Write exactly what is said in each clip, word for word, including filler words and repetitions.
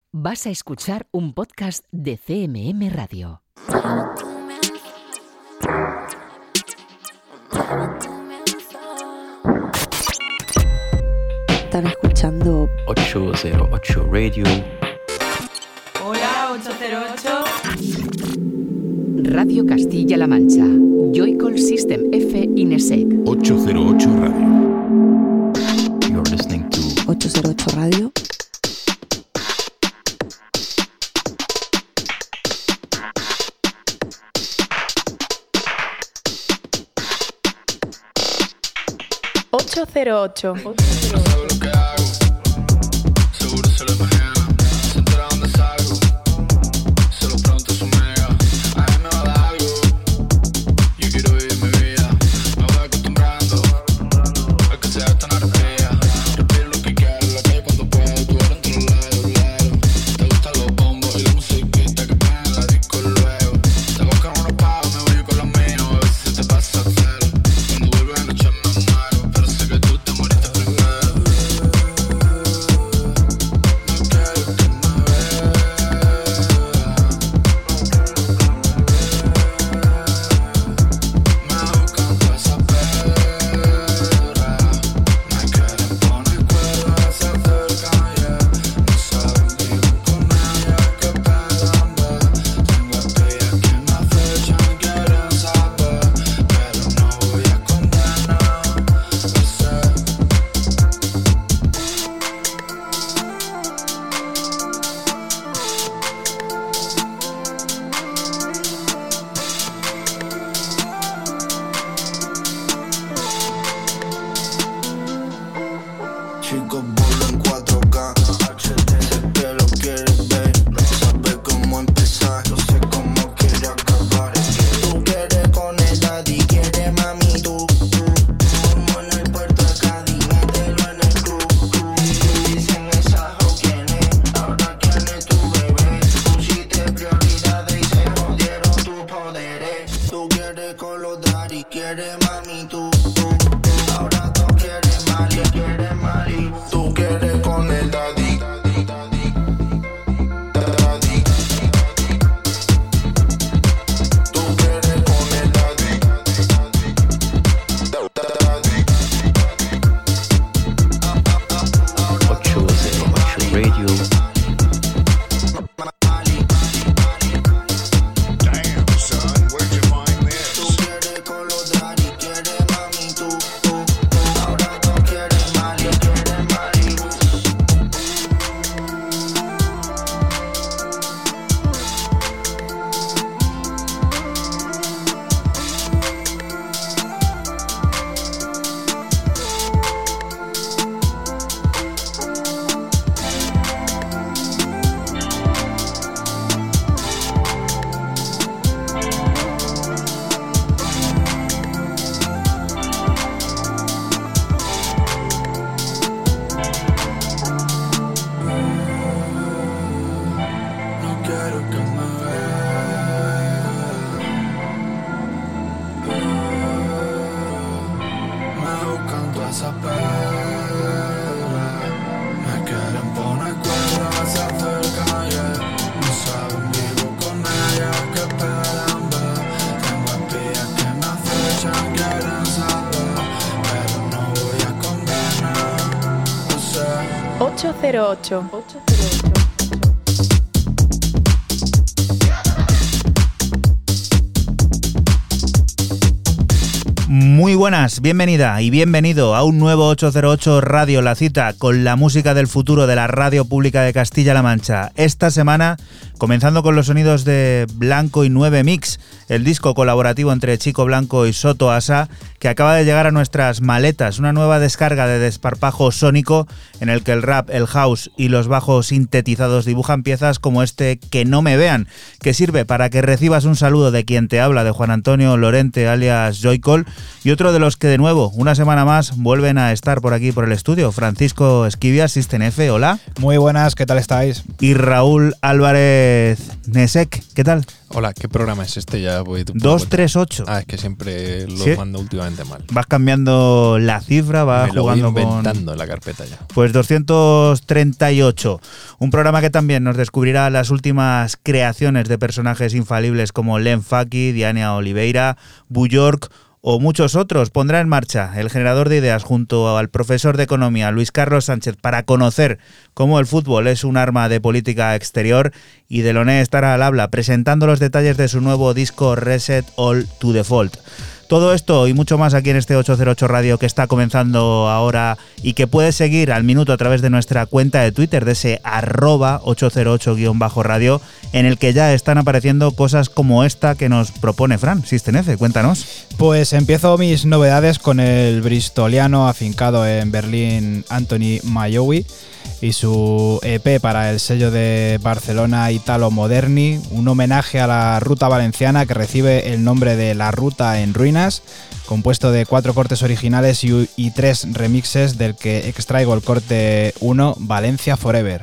Vas a escuchar un podcast de C M M Radio. Están escuchando ocho cero ocho Radio. Hola, ocho cero ocho. Radio Castilla-La Mancha. Joycall System F Inesec. ocho cero ocho Radio. You're listening to ocho cero ocho Radio. ocho cero ocho. ocho cero ocho. Muy buenas, bienvenida y bienvenido a un nuevo ocho cero ocho Radio, la cita con la música del futuro de la radio pública de Castilla-La Mancha. Esta semana, comenzando con los sonidos de Blanco y nueve Mix, el disco colaborativo entre Chico Blanco y Soto Asa, que acaba de llegar a nuestras maletas, una nueva descarga de desparpajo sónico en el que el rap, el house y los bajos sintetizados dibujan piezas como este Que no me vean, que sirve para que recibas un saludo de quien te habla, de Juan Antonio Lorente alias Joycall, y otro otro de los que de nuevo, una semana más, vuelven a estar por aquí por el estudio. Francisco Esquivia, System F, hola. Muy buenas, ¿qué tal estáis? Y Raúl Álvarez Nesek, ¿qué tal? Hola, ¿qué programa es este? Ya voy dos tres ocho. Ah, es que siempre lo ¿Sí? mando últimamente mal. Vas cambiando la cifra, vas Me lo jugando voy inventando con... en la carpeta ya. Pues doscientos treinta y ocho. Un programa que también nos descubrirá las últimas creaciones de personajes infalibles como Len Faki, Diana Oliveira, Bjork o muchos otros. Pondrá en marcha el generador de ideas junto al profesor de economía Luis Carlos Sánchez para conocer cómo el fútbol es un arma de política exterior, y Deloné estará al habla presentando los detalles de su nuevo disco Reset All to Default. Todo esto y mucho más aquí en este ochocientos ocho Radio que está comenzando ahora y que puedes seguir al minuto a través de nuestra cuenta de Twitter, de ese arroba ochocientos ocho guión bajo radio, en el que ya están apareciendo cosas como esta que nos propone Fran. System F, cuéntanos. Pues empiezo mis novedades con el bristoliano afincado en Berlín Anthony Mayowi y su E P para el sello de Barcelona Italo Moderni, un homenaje a la ruta valenciana que recibe el nombre de La Ruta en Ruinas, compuesto de cuatro cortes originales y, y tres remixes, del que extraigo el corte uno, Valencia Forever.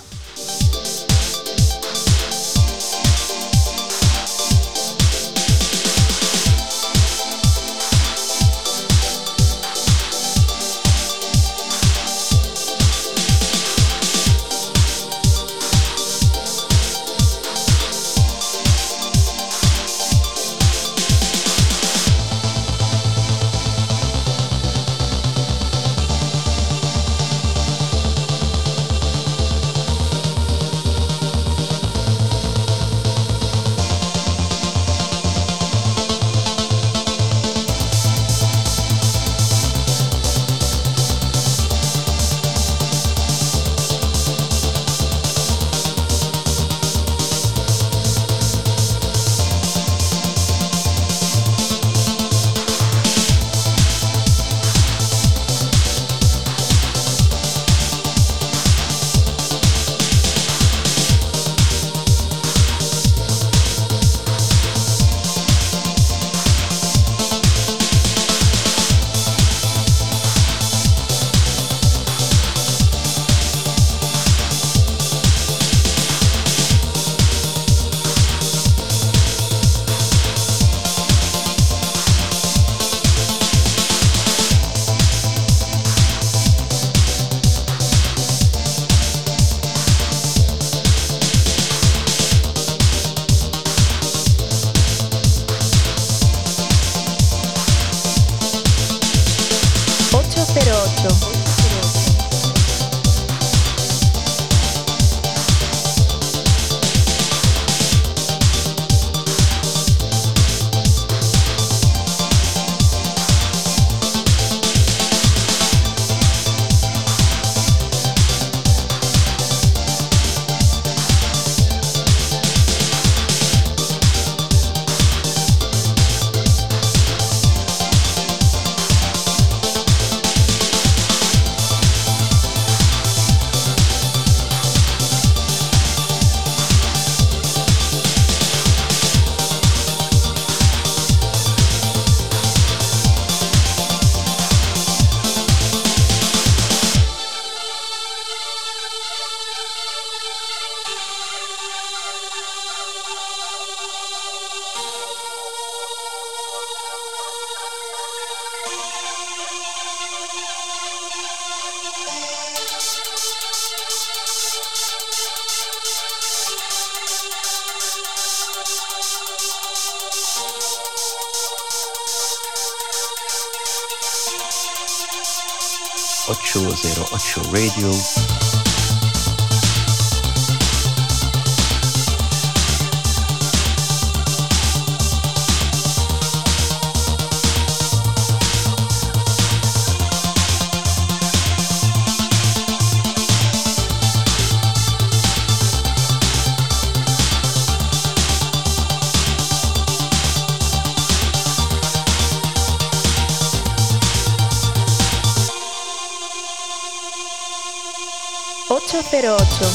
ochocientos ocho Radio. ochocientos ocho.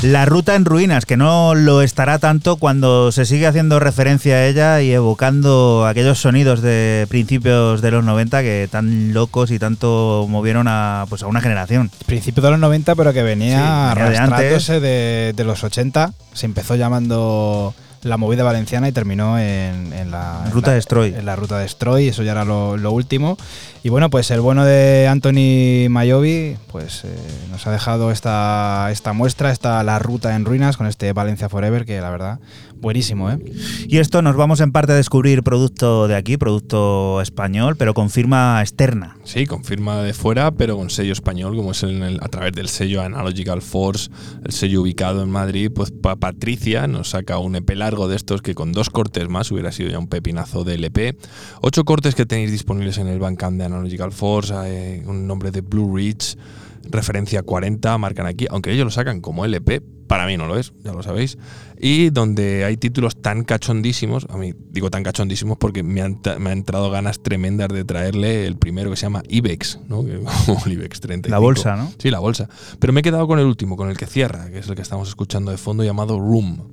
La ruta en ruinas, que no lo estará tanto cuando se sigue haciendo referencia a ella y evocando aquellos sonidos de principios de los noventa que tan locos y tanto movieron a, pues a una generación. Principios de los noventa, pero que venía, Sí, venía de arrastrándose de, de los ochenta. Se empezó llamando la movida valenciana y terminó en, en la Ruta en la, Destroy. En la Ruta Destroy, eso ya era lo, lo último. Y bueno, pues el bueno de Anthony Mayovi pues eh, nos ha dejado esta, esta muestra, esta La Ruta en Ruinas, con este Valencia Forever, que la verdad, buenísimo, ¿eh? Y esto nos vamos en parte a descubrir producto de aquí, producto español, pero con firma externa. Sí, con firma de fuera, pero con sello español, como es el, el, a través del sello Analogical Force, el sello ubicado en Madrid. Pues pa Patricia nos saca un E P largo de estos que con dos cortes más hubiera sido ya un pepinazo de L P. Ocho cortes que tenéis disponibles en el Bandcamp de Analogical Force, eh, un nombre de Blue Ridge, referencia cuarenta, marcan aquí, aunque ellos lo sacan como L P, para mí no lo es, ya lo sabéis, y donde hay títulos tan cachondísimos, a mí digo tan cachondísimos porque me han, me han entrado ganas tremendas de traerle el primero, que se llama Ibex, ¿no? Como el Ibex treinta y cinco. La bolsa, ¿no? Sí, la bolsa. Pero me he quedado con el último, con el que cierra, que es el que estamos escuchando de fondo, llamado Room.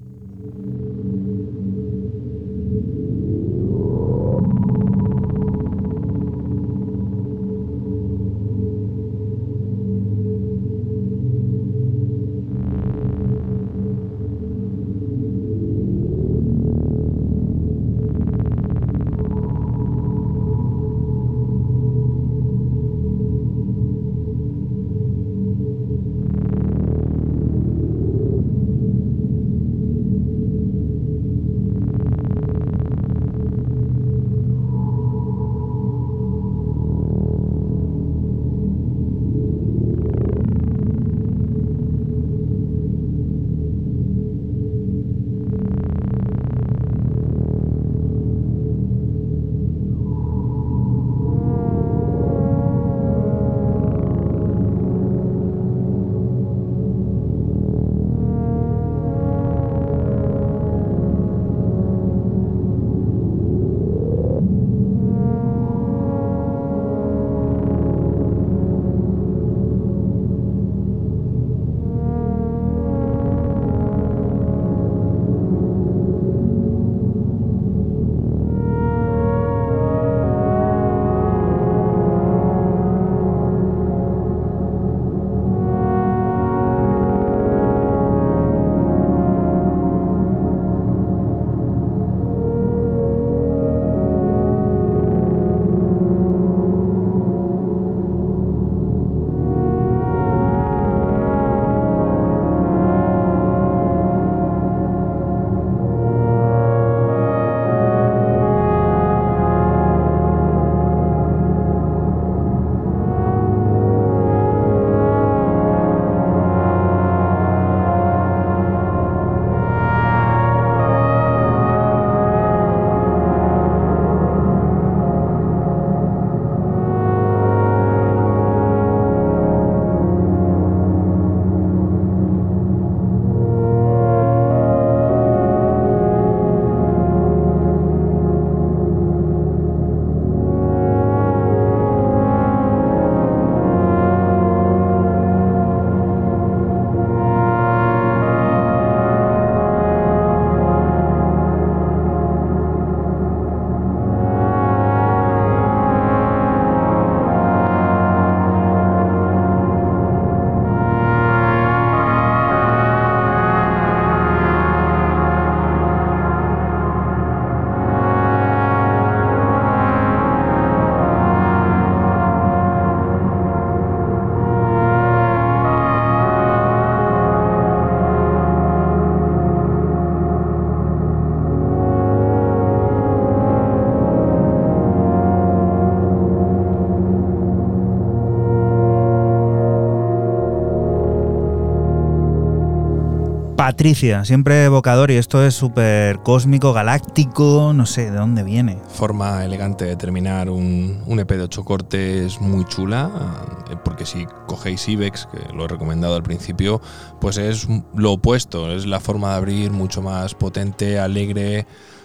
Patricia, siempre evocador, y esto es súper cósmico, galáctico, no sé de dónde viene. Forma elegante de terminar un, un E P de ocho cortes muy chula, porque si cogéis Ibex, que lo he recomendado al principio, pues es lo opuesto, es la forma de abrir mucho más potente, alegre,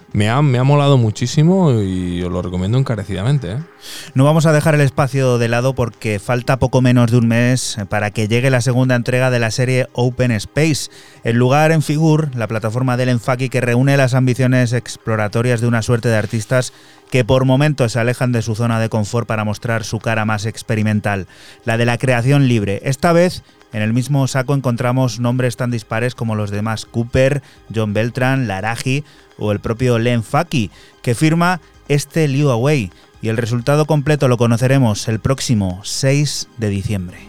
Me ha, me ha molado muchísimo y os lo recomiendo encarecidamente, ¿eh? No vamos a dejar el espacio de lado porque falta poco menos de un mes para que llegue la segunda entrega de la serie Open Space, el lugar en Figur, la plataforma del Enfaki que reúne las ambiciones exploratorias de una suerte de artistas que por momentos se alejan de su zona de confort para mostrar su cara más experimental, la de la creación libre. Esta vez, en el mismo saco encontramos nombres tan dispares como los de Max Cooper, John Beltran, Laraji o el propio Len Faki, que firma este Liu Away, y el resultado completo lo conoceremos el próximo seis de diciembre.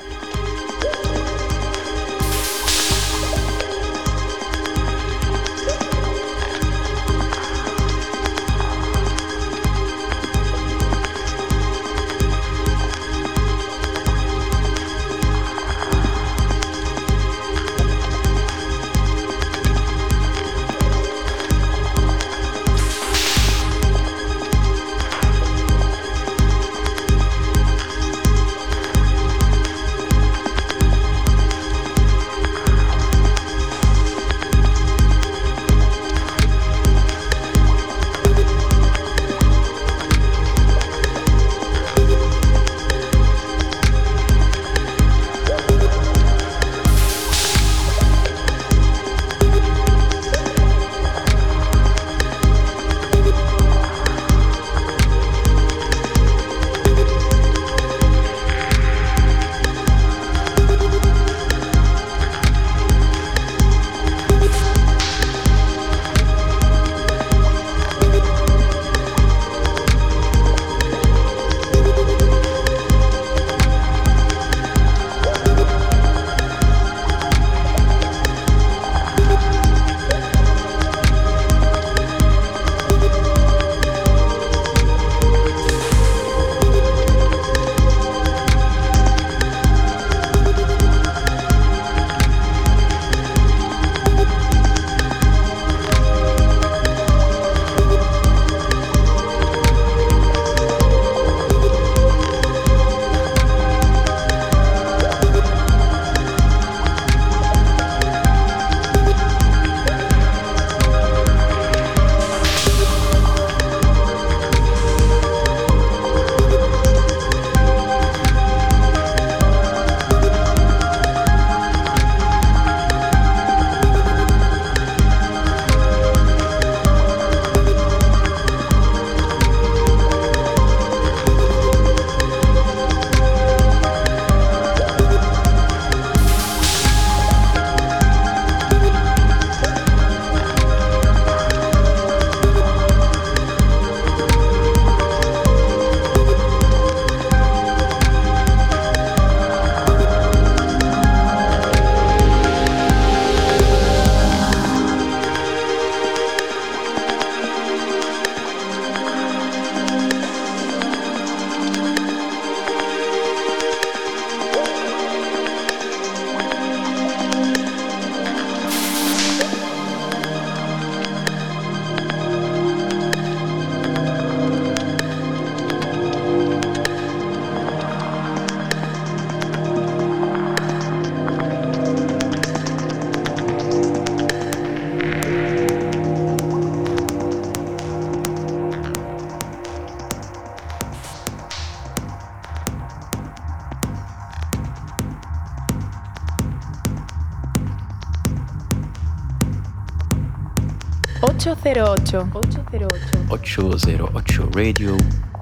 ocho cero ocho. ocho cero ocho. ocho cero ocho Radio.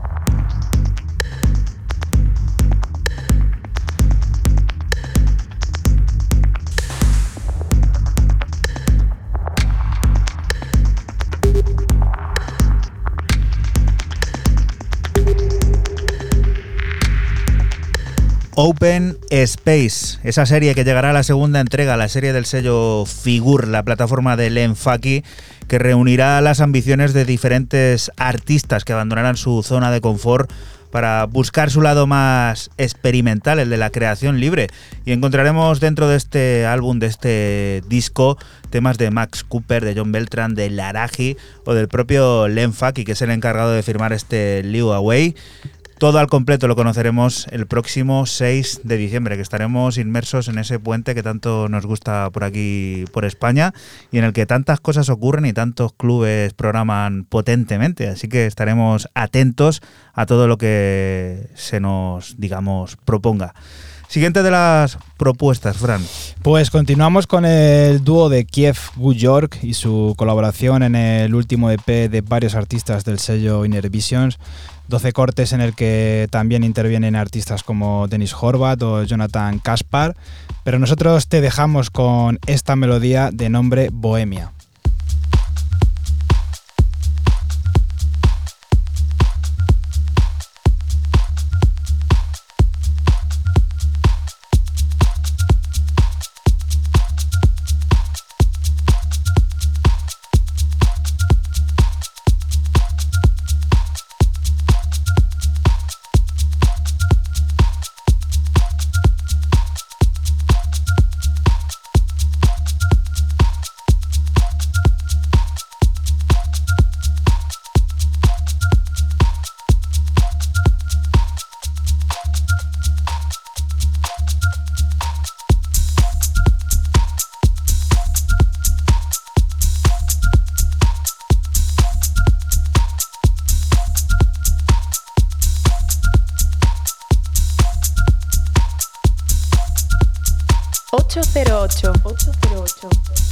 Open Space, esa serie que llegará a la segunda entrega, la serie del sello Figur, la plataforma de Len Faki, que reunirá las ambiciones de diferentes artistas que abandonarán su zona de confort para buscar su lado más experimental, el de la creación libre. Y encontraremos dentro de este álbum, de este disco, temas de Max Cooper, de John Beltran, de Laraji o del propio Len Faki, que es el encargado de firmar este Liu Away. Todo al completo lo conoceremos el próximo seis de diciembre, que estaremos inmersos en ese puente que tanto nos gusta por aquí, por España, y en el que tantas cosas ocurren y tantos clubes programan potentemente. Así que estaremos atentos a todo lo que se nos, digamos, proponga. Siguiente de las propuestas, Fran. Pues continuamos con el dúo de Kiev Good York y su colaboración en el último E P de varios artistas del sello Inner Visions. doce cortes en el que también intervienen artistas como Dennis Horvath o Jonathan Kaspar. Pero nosotros te dejamos con esta melodía de nombre Bohemia. ocho cero ocho. ocho cero ocho.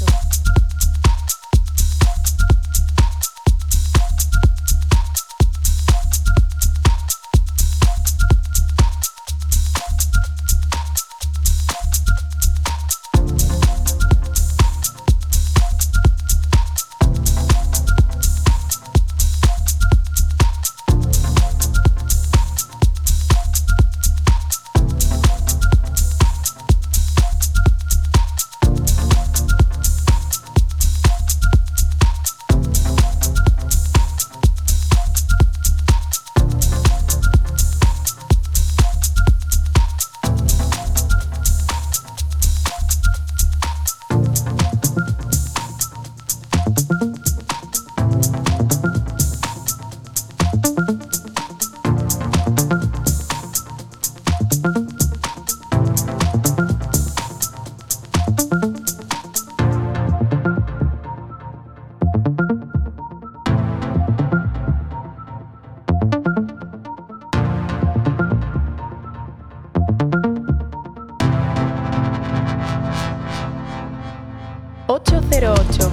ocho cero ocho.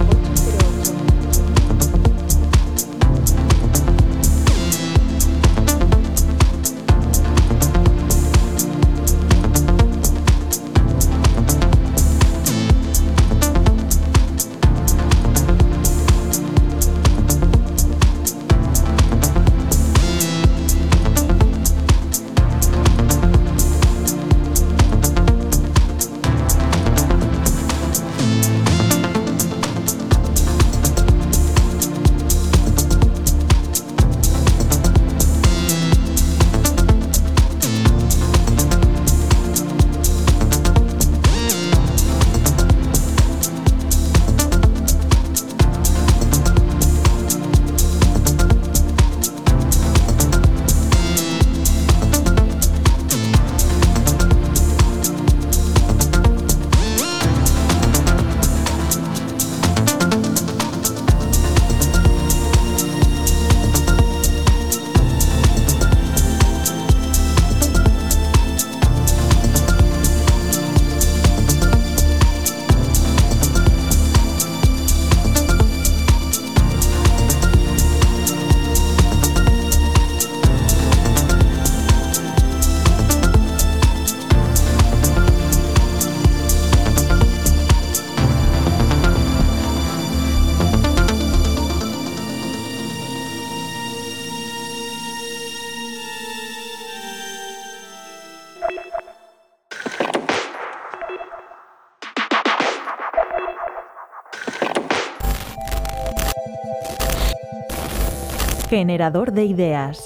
Generador de ideas.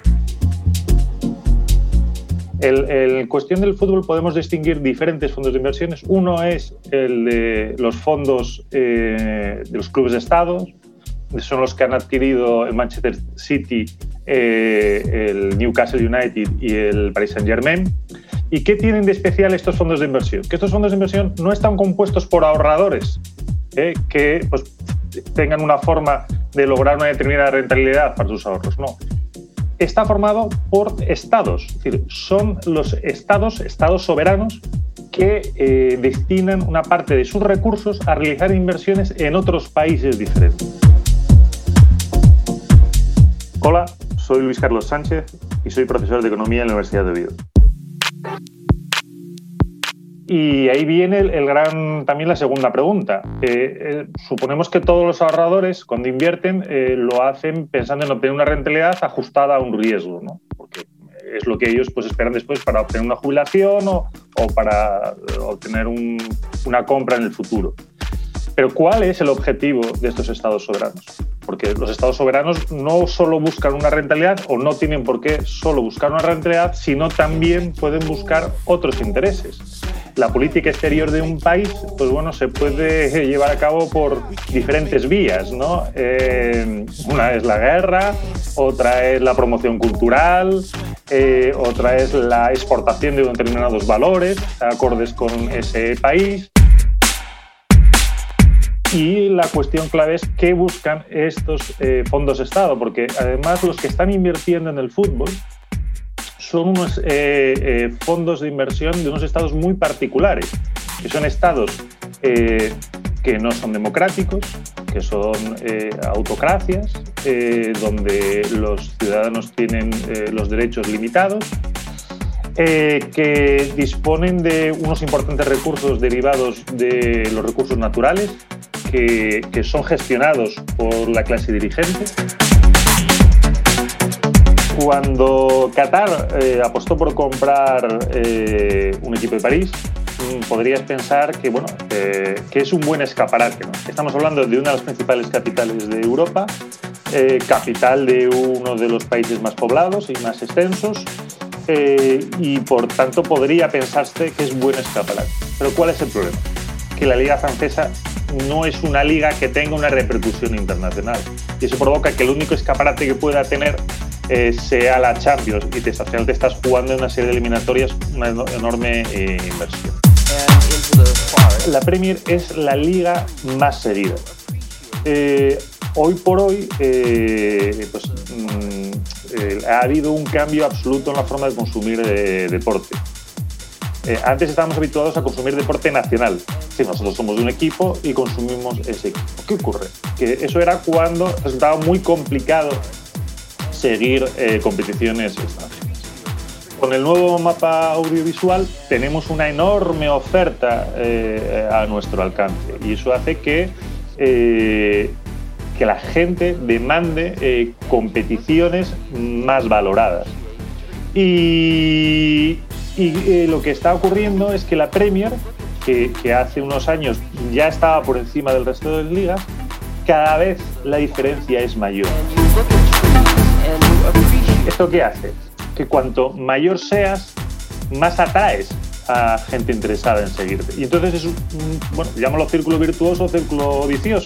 En el cuestión del fútbol podemos distinguir diferentes fondos de inversiones. Uno es el de los fondos eh, de los clubes de estados, son los que han adquirido el Manchester City, eh, el Newcastle United y el Paris Saint-Germain. ¿Y qué tienen de especial estos fondos de inversión? Que estos fondos de inversión no están compuestos por ahorradores eh, que pues, tengan una forma de lograr una determinada rentabilidad para sus ahorros, no. Está formado por estados, es decir, son los estados, estados soberanos que eh, destinan una parte de sus recursos a realizar inversiones en otros países diferentes. Hola, soy Luis Carlos Sánchez y soy profesor de Economía en la Universidad de Oviedo. Y ahí viene el, el gran, también la segunda pregunta. Eh, eh, suponemos que todos los ahorradores, cuando invierten, eh, lo hacen pensando en obtener una rentabilidad ajustada a un riesgo, ¿no? Porque es lo que ellos pues, esperan después para obtener una jubilación o, o para obtener un, una compra en el futuro. Pero ¿cuál es el objetivo de estos estados soberanos? Porque los estados soberanos no solo buscan una rentabilidad o no tienen por qué solo buscar una rentabilidad, sino también pueden buscar otros intereses. La política exterior de un país, pues bueno, se puede llevar a cabo por diferentes vías, ¿no? Eh, una es la guerra, otra es la promoción cultural, eh, otra es la exportación de determinados valores acordes con ese país. Y la cuestión clave es qué buscan estos eh, fondos de Estado, porque además los que están invirtiendo en el fútbol son unos eh, eh, fondos de inversión de unos estados muy particulares, que son estados eh, que no son democráticos, que son eh, autocracias, eh, donde los ciudadanos tienen eh, los derechos limitados, eh, que disponen de unos importantes recursos derivados de los recursos naturales, que, que son gestionados por la clase dirigente. Cuando Qatar eh, apostó por comprar eh, un equipo de París, podrías pensar que, bueno, eh, que es un buen escaparate, ¿no? Estamos hablando de una de las principales capitales de Europa, eh, capital de uno de los países más poblados y más extensos, eh, y por tanto podría pensarse que es buen escaparate. Pero ¿cuál es el problema? Que la Liga Francesa no es una liga que tenga una repercusión internacional, y eso provoca que el único escaparate que pueda tener eh, sea la Champions, y te, al final te estás jugando en una serie de eliminatorias una enorme eh, inversión. La Premier es la liga más seguida. Eh, hoy por hoy eh, pues, mm, eh, ha habido un cambio absoluto en la forma de consumir eh, deporte. Eh, antes estábamos habituados a consumir deporte nacional. Sí, nosotros somos de un equipo y consumimos ese equipo. ¿Qué ocurre? Que eso era cuando resultaba muy complicado seguir eh, competiciones extranjeras. Con el nuevo mapa audiovisual tenemos una enorme oferta eh, a nuestro alcance, y eso hace que, eh, que la gente demande eh, competiciones más valoradas. Y, y eh, lo que está ocurriendo es que la Premier, que, que hace unos años ya estaba por encima del resto de las ligas, cada vez la diferencia es mayor. ¿Esto qué hace? Que cuanto mayor seas, más atraes a gente interesada en seguirte. Y entonces es un, bueno, llámalo círculo virtuoso o círculo vicioso.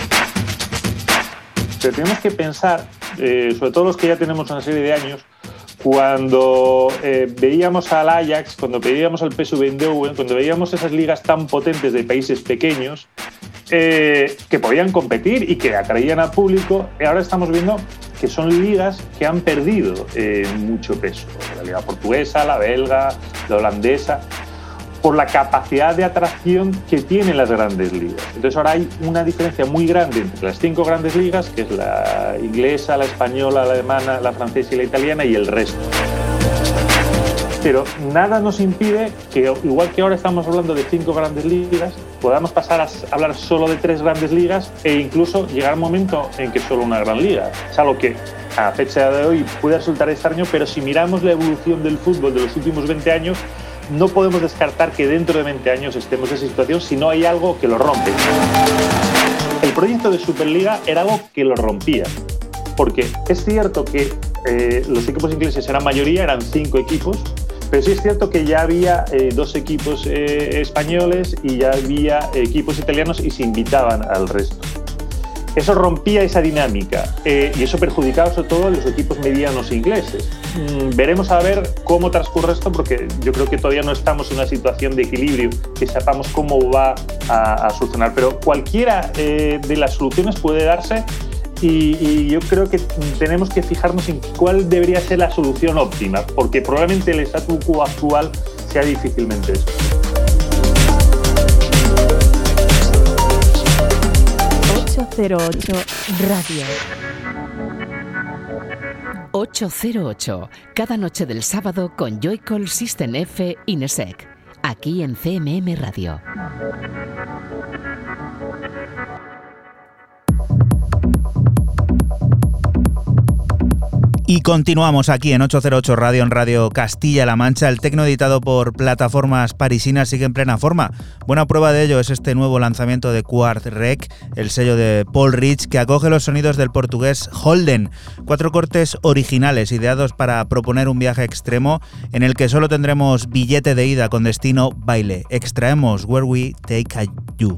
Pero tenemos que pensar, eh, sobre todo los que ya tenemos una serie de años, cuando eh, veíamos al Ajax, cuando veíamos al P S V Eindhoven, cuando veíamos esas ligas tan potentes de países pequeños, eh, que podían competir y que atraían al público, y ahora estamos viendo que son ligas que han perdido eh, mucho peso. La liga portuguesa, la belga, la holandesa, por la capacidad de atracción que tienen las grandes ligas. Entonces ahora hay una diferencia muy grande entre las cinco grandes ligas, que es la inglesa, la española, la alemana, la francesa y la italiana, y el resto. Pero nada nos impide que, igual que ahora estamos hablando de cinco grandes ligas, podamos pasar a hablar solo de tres grandes ligas e incluso llegar a un momento en que solo una gran liga. Es algo que a fecha de hoy puede resultar extraño, pero si miramos la evolución del fútbol de los últimos veinte años, no podemos descartar que dentro de veinte años estemos en esa situación si no hay algo que lo rompe. El proyecto de Superliga era algo que lo rompía, porque es cierto que eh, los equipos ingleses eran mayoría, eran cinco equipos, pero sí es cierto que ya había eh, dos equipos eh, españoles y ya había equipos italianos y se invitaban al resto. eso rompía esa dinámica eh, y eso perjudicaba sobre todo a los equipos medianos ingleses. Mm, veremos a ver cómo transcurre esto, porque yo creo que todavía no estamos en una situación de equilibrio que sepamos cómo va a, a solucionar, pero cualquiera eh, de las soluciones puede darse. Y, y yo creo que tenemos que fijarnos en cuál debería ser la solución óptima, porque probablemente el statu quo actual sea difícilmente eso. ochocientos ocho Radio. ochocientos ocho, cada noche del sábado con Joycall System F Inesec, aquí en C M M Radio. Y continuamos aquí en ochocientos ocho Radio, en Radio Castilla-La Mancha. El tecno editado por plataformas parisinas sigue en plena forma. Buena prueba de ello es este nuevo lanzamiento de Quartz Rec, el sello de Paul Rich, que acoge los sonidos del portugués Holden. Cuatro cortes originales ideados para proponer un viaje extremo en el que solo tendremos billete de ida con destino baile. Extraemos Where We Take a You.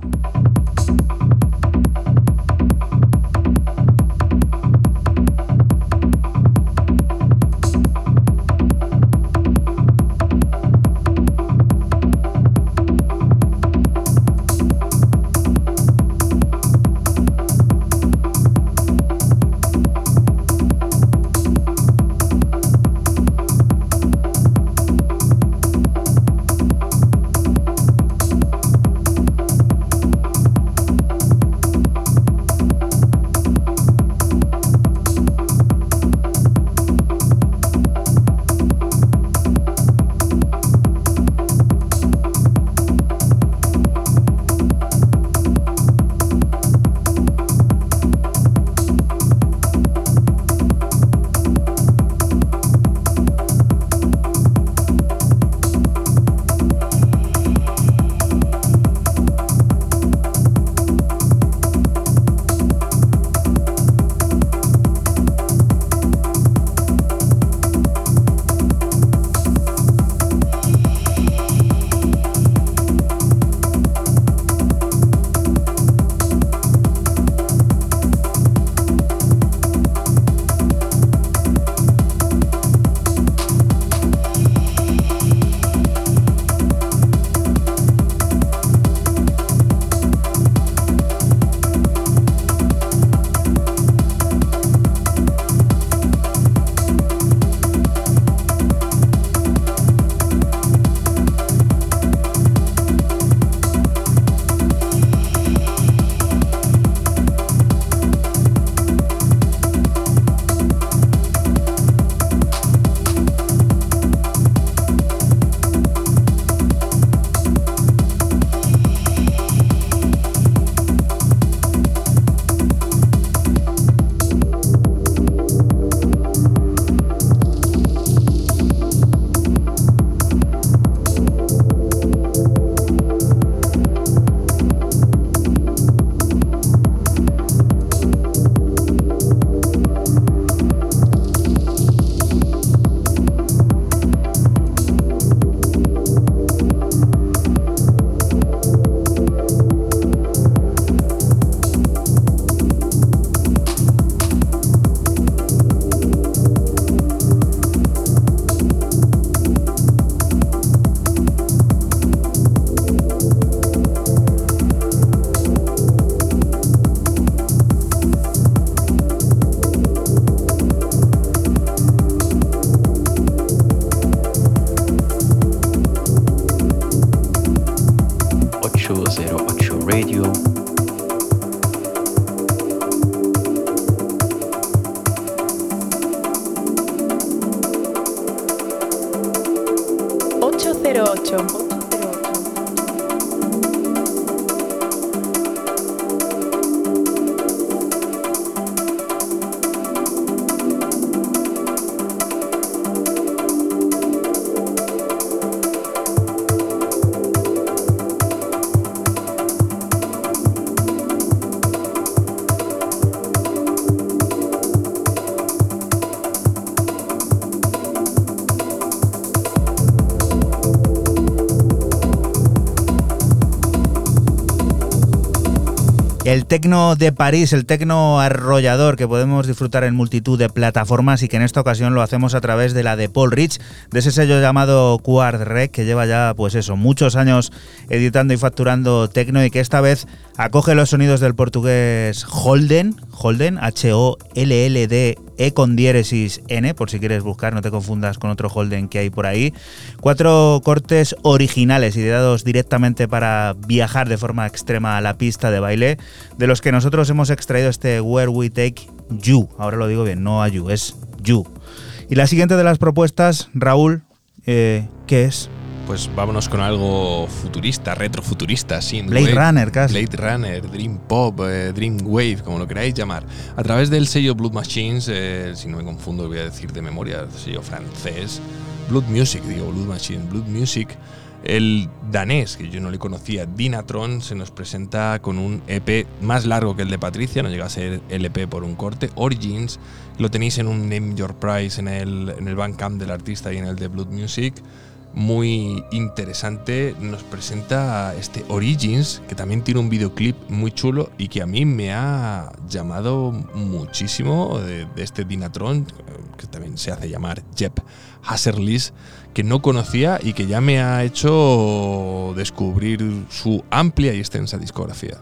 El tecno de París, el tecno arrollador que podemos disfrutar en multitud de plataformas y que en esta ocasión lo hacemos a través de la de Paul Rich, de ese sello llamado Quad Rec, que lleva ya, pues eso, muchos años editando y facturando tecno y que esta vez acoge los sonidos del portugués Holden, Holden, H O L L D E con diéresis N, por si quieres buscar, no te confundas con otro Holden que hay por ahí. Cuatro cortes originales ideados directamente para viajar de forma extrema a la pista de baile, de los que nosotros hemos extraído este Where We Take You. Ahora lo digo bien, no a You, es You. Y la siguiente de las propuestas, Raúl, eh, ¿qué es? Pues vámonos con algo futurista, retrofuturista, sin Blade wave, Runner, casi. Blade Runner, Dream Pop, eh, Dream Wave, como lo queráis llamar. A través del sello Blood Machines, eh, si no me confundo, voy a decir de memoria, el sello francés, Blood Music, digo, Blood Machines, Blood Music. El danés, que yo no le conocía, Dynatron, se nos presenta con un E P más largo que el de Patricia, no llega a ser L P por un corte, Origins. Lo tenéis en un Name Your Price en el, en el Bandcamp del artista y en el de Blood Music. Muy interesante, nos presenta este Origins, que también tiene un videoclip muy chulo y que a mí me ha llamado muchísimo de, de este Dynatron, que también se hace llamar Jeb Hasserlis, que no conocía y que ya me ha hecho descubrir su amplia y extensa discografía.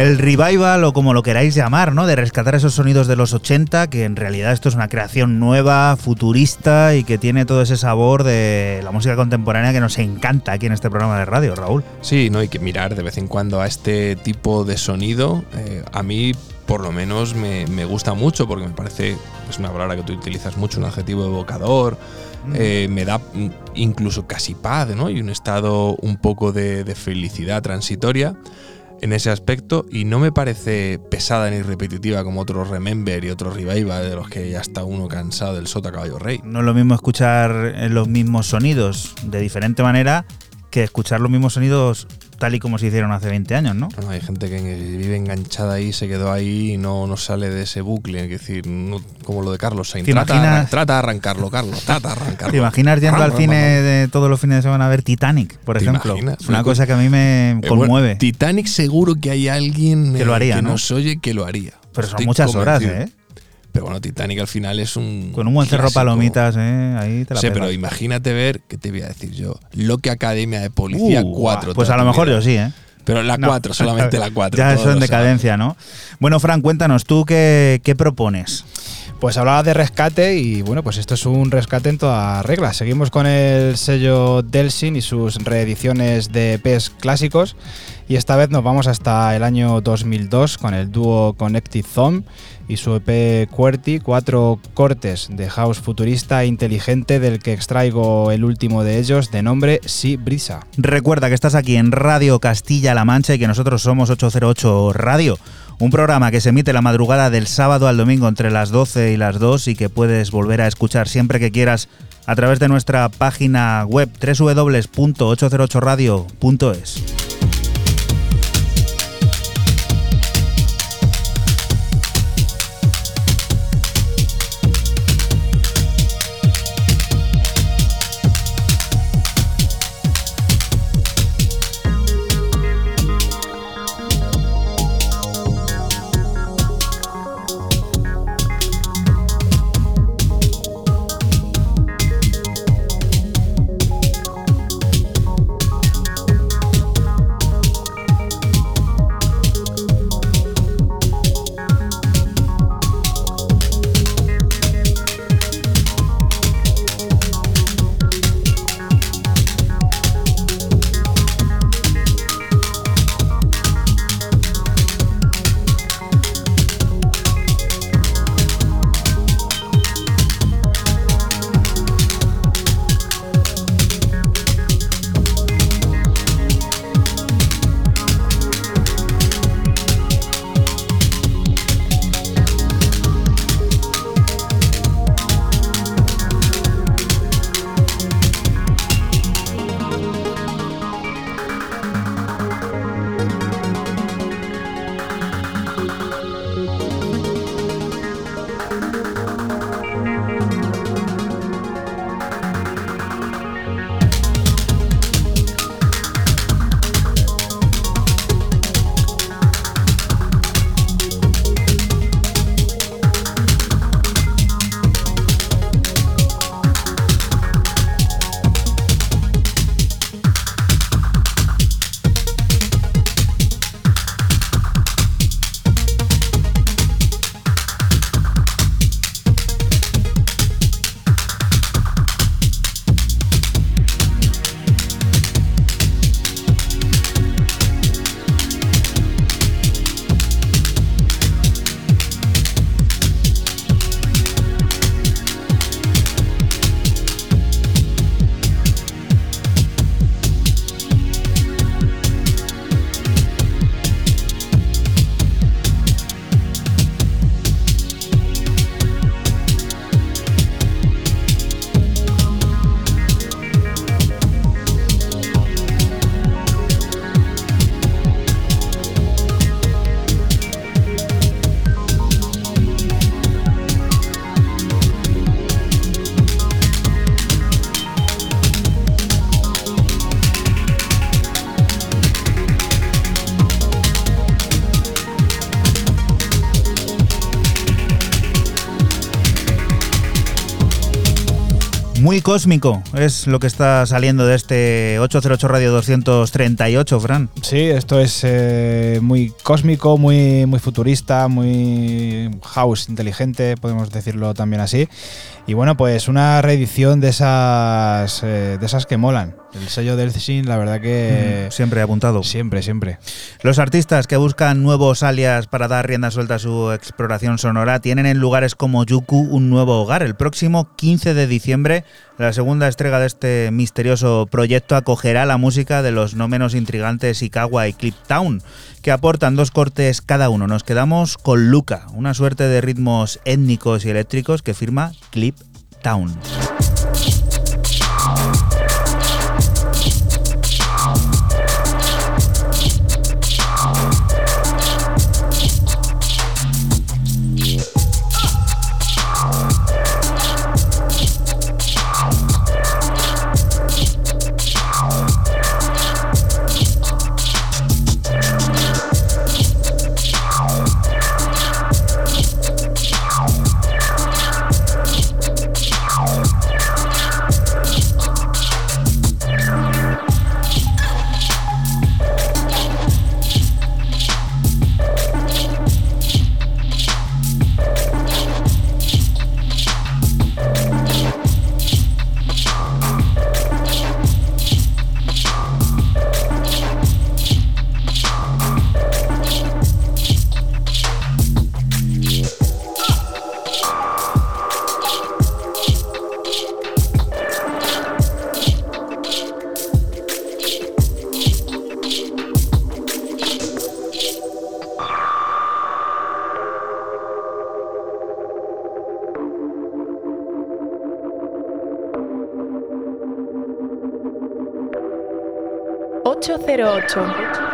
El revival, o como lo queráis llamar, ¿no? De rescatar esos sonidos de los ochenta, que en realidad esto es una creación nueva, futurista y que tiene todo ese sabor de la música contemporánea que nos encanta aquí en este programa de radio, Raúl. Sí, no hay que mirar de vez en cuando a este tipo de sonido. Eh, a mí, por lo menos, me, me gusta mucho porque me parece, es una palabra que tú utilizas mucho, un adjetivo evocador. Mm. Eh, me da incluso casi paz, ¿no? Y un estado un poco de, de felicidad transitoria en ese aspecto, y no me parece pesada ni repetitiva como otros Remember y otros Revival de los que ya está uno cansado del sota caballo rey. No es lo mismo escuchar los mismos sonidos de diferente manera que escuchar los mismos sonidos tal y como se hicieron hace veinte años, ¿no? No, hay gente que vive enganchada ahí, se quedó ahí y no, no sale de ese bucle, es decir, no, como lo de Carlos Sainz. Trata, imaginas, trata de arrancarlo, Carlos, trata de arrancarlo. ¿Te imaginas yendo ram, al ram, cine ram. de todos los fines de semana a ver Titanic, por ejemplo? Es una cosa que a mí me eh, conmueve. Bueno, Titanic seguro que hay alguien que, lo haría, que ¿no? nos oye que lo haría. Pero son Estoy muchas convencido. horas, ¿eh? Pero bueno, Titanic al final es un Con un buen cerro palomitas, ¿eh? Ahí te la Sí, pegas. pero imagínate ver, ¿qué te voy a decir yo? Lo que Academia de Policía uh, cuatro. Pues a lo mejor yo sí, ¿eh? Pero la cuatro, no. solamente la cuatro. Ya eso en decadencia, ¿no? Bueno, Fran, cuéntanos, ¿tú qué, qué propones? Pues hablaba de rescate y bueno, pues esto es un rescate en toda regla. Seguimos con el sello Delsin y sus reediciones de E Pes clásicos, y esta vez nos vamos hasta el año dos mil dos con el dúo Connected Thumb y su E P QWERTY, cuatro cortes de house futurista e inteligente, del que extraigo el último de ellos, de nombre Sea Brisa. Recuerda que estás aquí en Radio Castilla-La Mancha y que nosotros somos ocho cero ocho Radio, un programa que se emite la madrugada del sábado al domingo entre las doce y las dos y que puedes volver a escuchar siempre que quieras a través de nuestra página web doble u doble u doble u punto ocho cero ocho radio punto es. Muy cósmico es lo que está saliendo de este ochocientos ocho Radio doscientos treinta y ocho, Fran. Sí, esto es eh, muy cósmico, muy, muy futurista, muy house inteligente, podemos decirlo también así. Y bueno, pues una reedición de esas, eh, de esas que molan. El sello del Sin, la verdad que... Mm, siempre apuntado. Siempre, siempre. Los artistas que buscan nuevos alias para dar rienda suelta a su exploración sonora tienen en lugares como Yuku un nuevo hogar. El próximo quince de diciembre, la segunda entrega de este misterioso proyecto acogerá la música de los no menos intrigantes Ikawa y Clip Town, que aportan dos cortes cada uno. Nos quedamos con Luca, una suerte de ritmos étnicos y eléctricos que firma Clip Town. ocho cero ocho.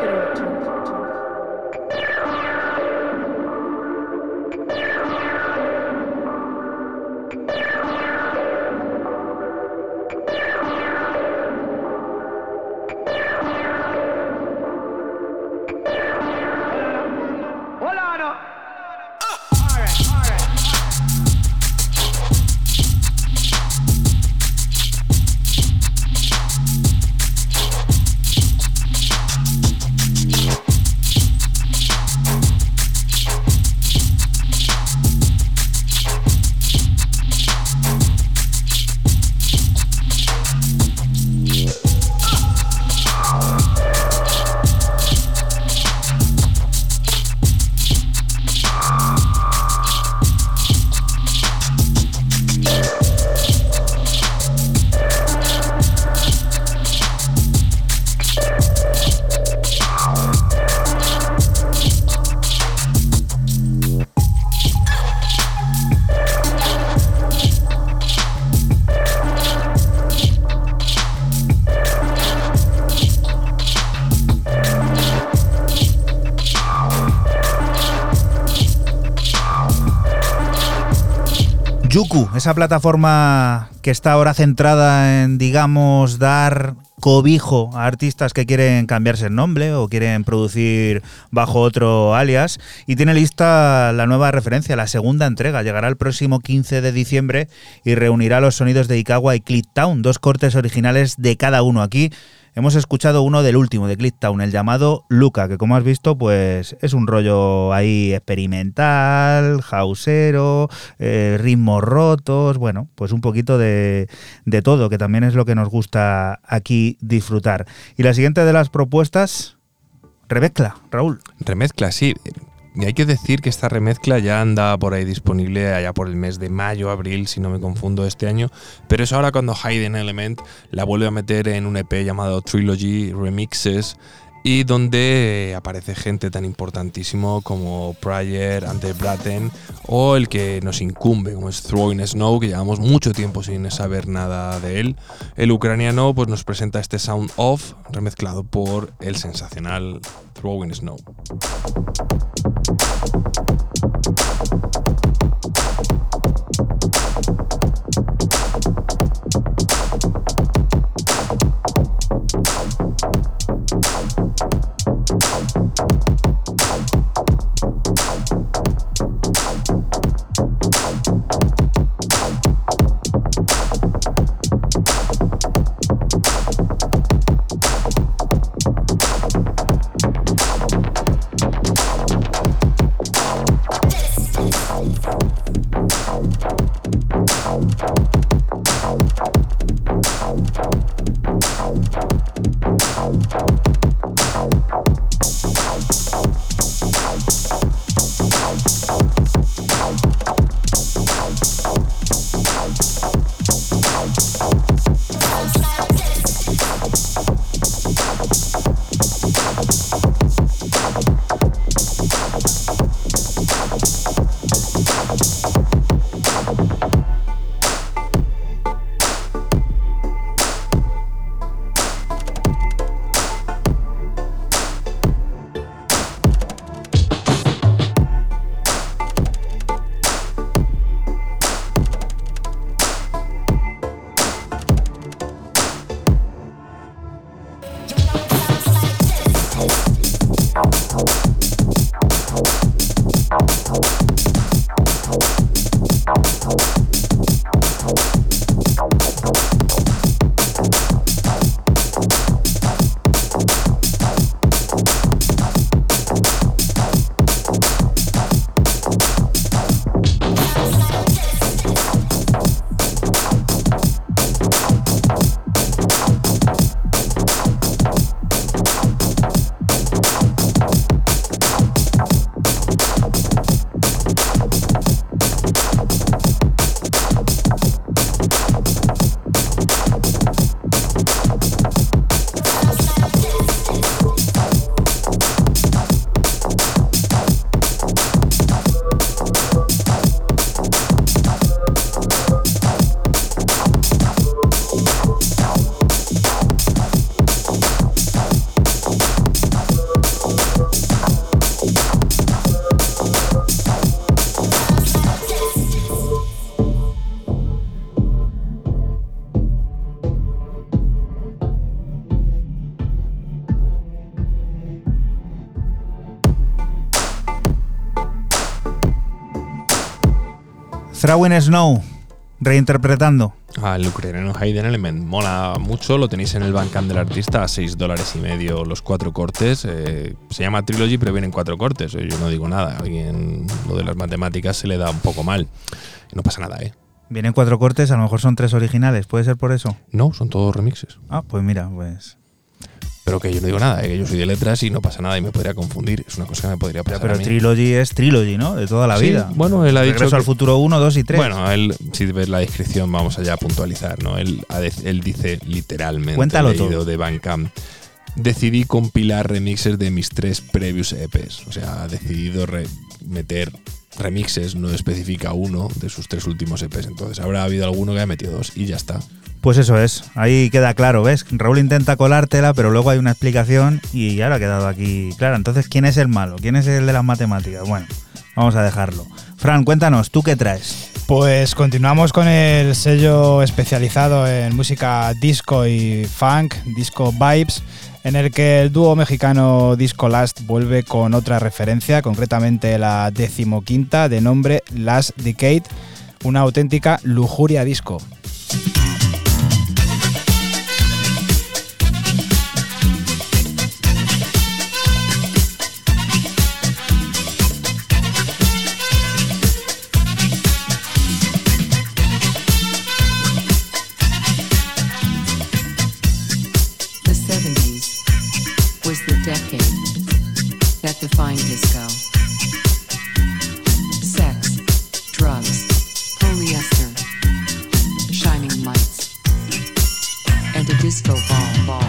Yuku, esa plataforma que está ahora centrada en, digamos, dar cobijo a artistas que quieren cambiarse el nombre o quieren producir bajo otro alias, y tiene lista la nueva referencia, la segunda entrega. Llegará el próximo quince de diciembre y reunirá los sonidos de Ikawa y Clip Town, dos cortes originales de cada uno. Aquí hemos escuchado uno del último, de Clip Town, el llamado Luca, que como has visto, pues es un rollo ahí experimental, houseero, eh, ritmos rotos, bueno, pues un poquito de, de todo, que también es lo que nos gusta aquí disfrutar. Y la siguiente de las propuestas, remezcla, Raúl. Remezcla, sí. Y hay que decir que esta remezcla ya anda por ahí disponible allá por el mes de mayo, abril, si no me confundo, este año. Pero es ahora cuando Hidden Element la vuelve a meter en un E P llamado Trilogy Remixes, y donde aparece gente tan importantísimo como Pryor, Ante Bratten o el que nos incumbe, como es Throwing Snow, que llevamos mucho tiempo sin saber nada de él. El ucraniano pues nos presenta este Sound Off, remezclado por el sensacional Throwing Snow. Throwing Snow, reinterpretando. Ah, el ucraniano Hidden Element mola mucho, lo tenéis en el Bandcamp del artista a seis dólares y medio los cuatro cortes. Eh, se llama Trilogy, pero vienen cuatro cortes. Yo no digo nada, a alguien lo de las matemáticas se le da un poco mal. No pasa nada, ¿eh? Vienen cuatro cortes, a lo mejor son tres originales, ¿puede ser por eso? No, son todos remixes. Ah, pues mira, pues... Pero que yo no digo nada, ¿eh? Que yo soy de letras y no pasa nada y me podría confundir. Es una cosa que me podría pasar. Pero a mí. Trilogy es Trilogy, ¿no? De toda la Sí, vida. Bueno, él ha Regreso dicho. al que, futuro uno, dos y tres. Bueno, él, si ves la descripción, vamos allá a puntualizar, ¿no? Él, ha de, él dice literalmente, Cuéntalo leído todo. de Bandcamp: decidí compilar remixes de mis tres previous E Pes. O sea, ha decidido re meter remixes, no especifica uno de sus tres últimos E Pes. Entonces habrá habido alguno que haya metido dos y ya está. Pues eso es, ahí queda claro, ¿ves? Raúl intenta colártela, pero luego hay una explicación y ahora ha quedado aquí claro. Entonces, ¿quién es el malo? ¿Quién es el de las matemáticas? Bueno, vamos a dejarlo. Fran, cuéntanos, ¿tú qué traes? Pues continuamos con el sello especializado en música disco y funk, Disco Vibes, en el que el dúo mexicano Disco Last vuelve con otra referencia, concretamente la decimoquinta, de nombre Last Decade, una auténtica lujuria disco. Defined disco. Sex, drugs, polyester, shining lights, and a disco ball ball.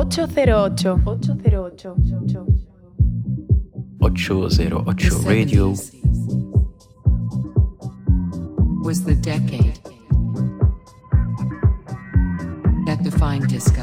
ocho cero ocho. ocho cero ocho. ocho cero ocho Radio. Was the decade that defined disco.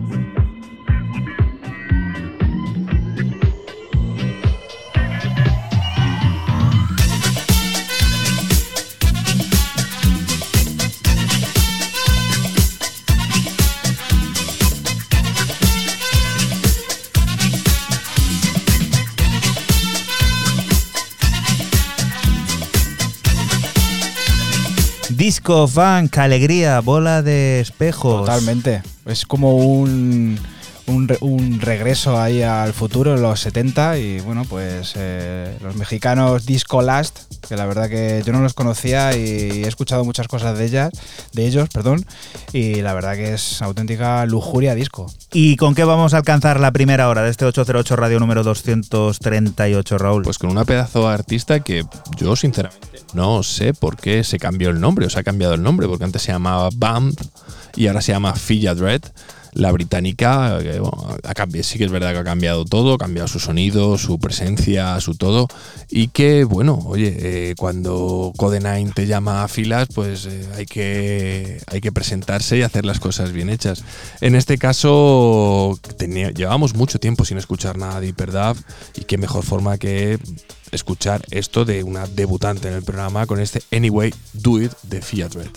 Disco, funk, alegría, bola de espejos. Totalmente. Es como un, un, re, un regreso ahí al futuro en los setenta y bueno, pues eh, los mexicanos Disco Last, que la verdad que yo no los conocía y he escuchado muchas cosas de ellas, de ellos, perdón, y la verdad que es auténtica lujuria disco. ¿Y con qué vamos a alcanzar la primera hora de este ocho cero ocho Radio número doscientos treinta y ocho, Raúl? Pues con una pedazo de artista que yo sinceramente no sé por qué se cambió el nombre, o se ha cambiado el nombre, porque antes se llamaba Bump y ahora se llama Filla Dread. La británica, que, bueno, ha cambiado, sí que es verdad que ha cambiado todo, ha cambiado su sonido, su presencia, su todo, y que, bueno, oye, eh, cuando Codenine te llama a filas, pues eh, hay, que, hay que presentarse y hacer las cosas bien hechas. En este caso, tenía, llevamos mucho tiempo sin escuchar nada de Hyperdub, y qué mejor forma que escuchar esto de una debutante en el programa con este Anyway Do It de Filla Dread.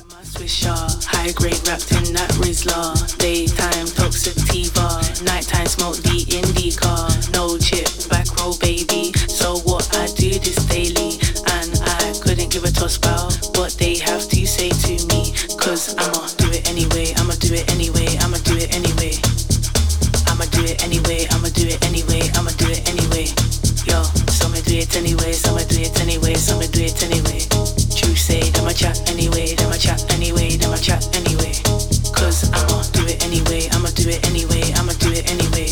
High grade wrapped in that Rizla. Daytime talks with T-Bar. Nighttime smoke the indica. No chip, back roll baby. So what I do this daily. And I couldn't give a toss about what they have to say to me. Cause I'ma do it anyway, I'ma do it anyway, I'ma do it anyway. I'ma do it anyway, I'ma do it anyway, I'ma do it anyway. Yo, so me do it anyway, so me do it anyway, so me do it anyway. True say, them a chat anyway, them a chat anyway, them a chat anyway. Cause I'ma do it anyway, I'ma do it anyway, I'ma do it anyway.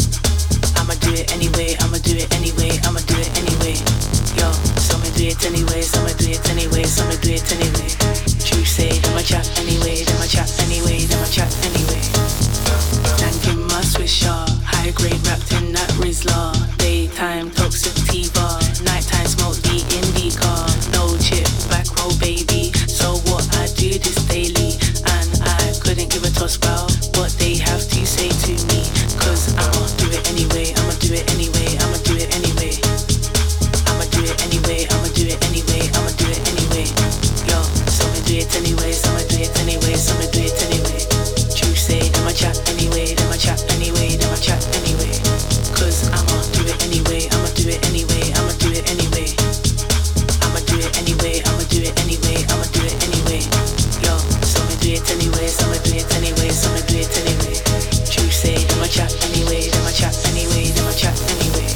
I'ma do it anyway, I'ma do it anyway, I'ma do it anyway. Yo, so me do it anyway, so me do it anyway, so me do it anyway. True say, them a chat anyway, them a chat anyway, them a chat anyway. Thanking my swisher, high grade wrapped in that Rizla. Daytime toxic T-bar, nighttime smoke the indica. No chip, back roll baby. So what I do this daily, and I couldn't give a toss about what they have to say to me. Cause I'ma do it anyway, I'ma do it anyway, I'ma do it anyway. I'ma do it anyway, I'ma do it anyway, I'ma do it anyway. Yo, so me do it anyway, so me do it anyway, so me do it anyway. True say, them a chat anyway, them a chat anyway, them a chat anyway. Cause I'ma do it anyway, I'ma do it anyway, I'ma do it anyway. I'ma do it anyway, I'ma do it anyway, I'ma do it anyway. Yo, so me do it anyway, so me do it anyway, so me do it anyway. True say, them a chat anyway, them a chat anyway, them a chat anyway.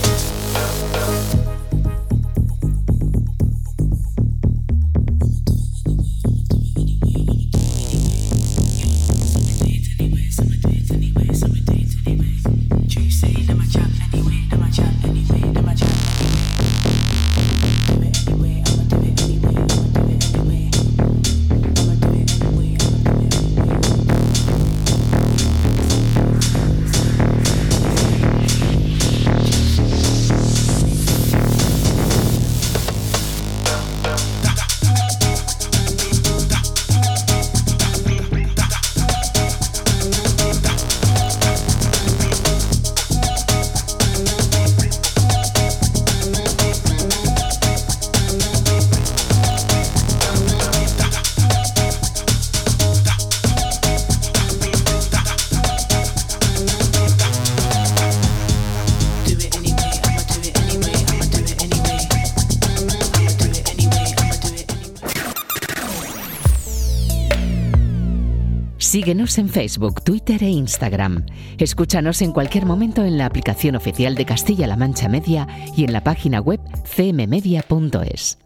Síguenos en Facebook, Twitter e Instagram. Escúchanos en cualquier momento en la aplicación oficial de Castilla-La Mancha Media y en la página web c m media punto es.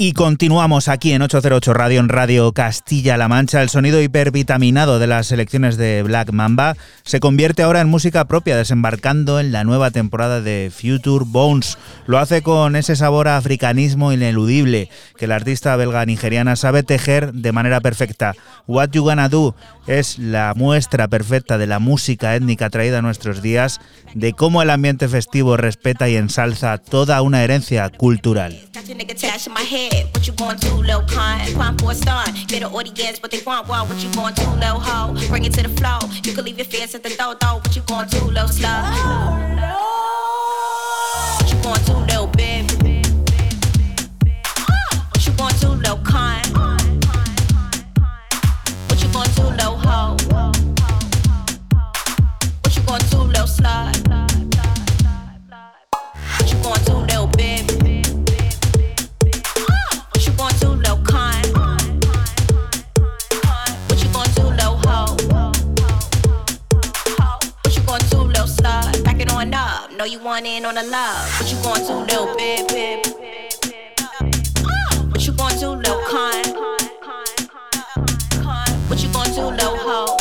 Y continuamos aquí en ochocientos ocho Radio, en Radio Castilla-La Mancha. El sonido hipervitaminado de las selecciones de Black Mamba se convierte ahora en música propia, desembarcando en la nueva temporada de Future Bones. Lo hace con ese sabor a africanismo ineludible que la artista belga-nigeriana sabe tejer de manera perfecta. What You Gonna Do es la muestra perfecta de la música étnica traída a nuestros días, de cómo el ambiente festivo respeta y ensalza toda una herencia cultural. What you going to, little con? Crime for a stun. Get an audience, but they want one. What you going to, little hoe? Bring it to the flow. You can leave your fears at the door, though. What you going to, little slut? What you going to, little babe? What you going to, little con? What you going to, little hoe? What you going to, little slut? What you going to, little babe? Up. Know you want in on the love. What you going to, little bit, bit? What you going to, little con? What you going to, little hoe?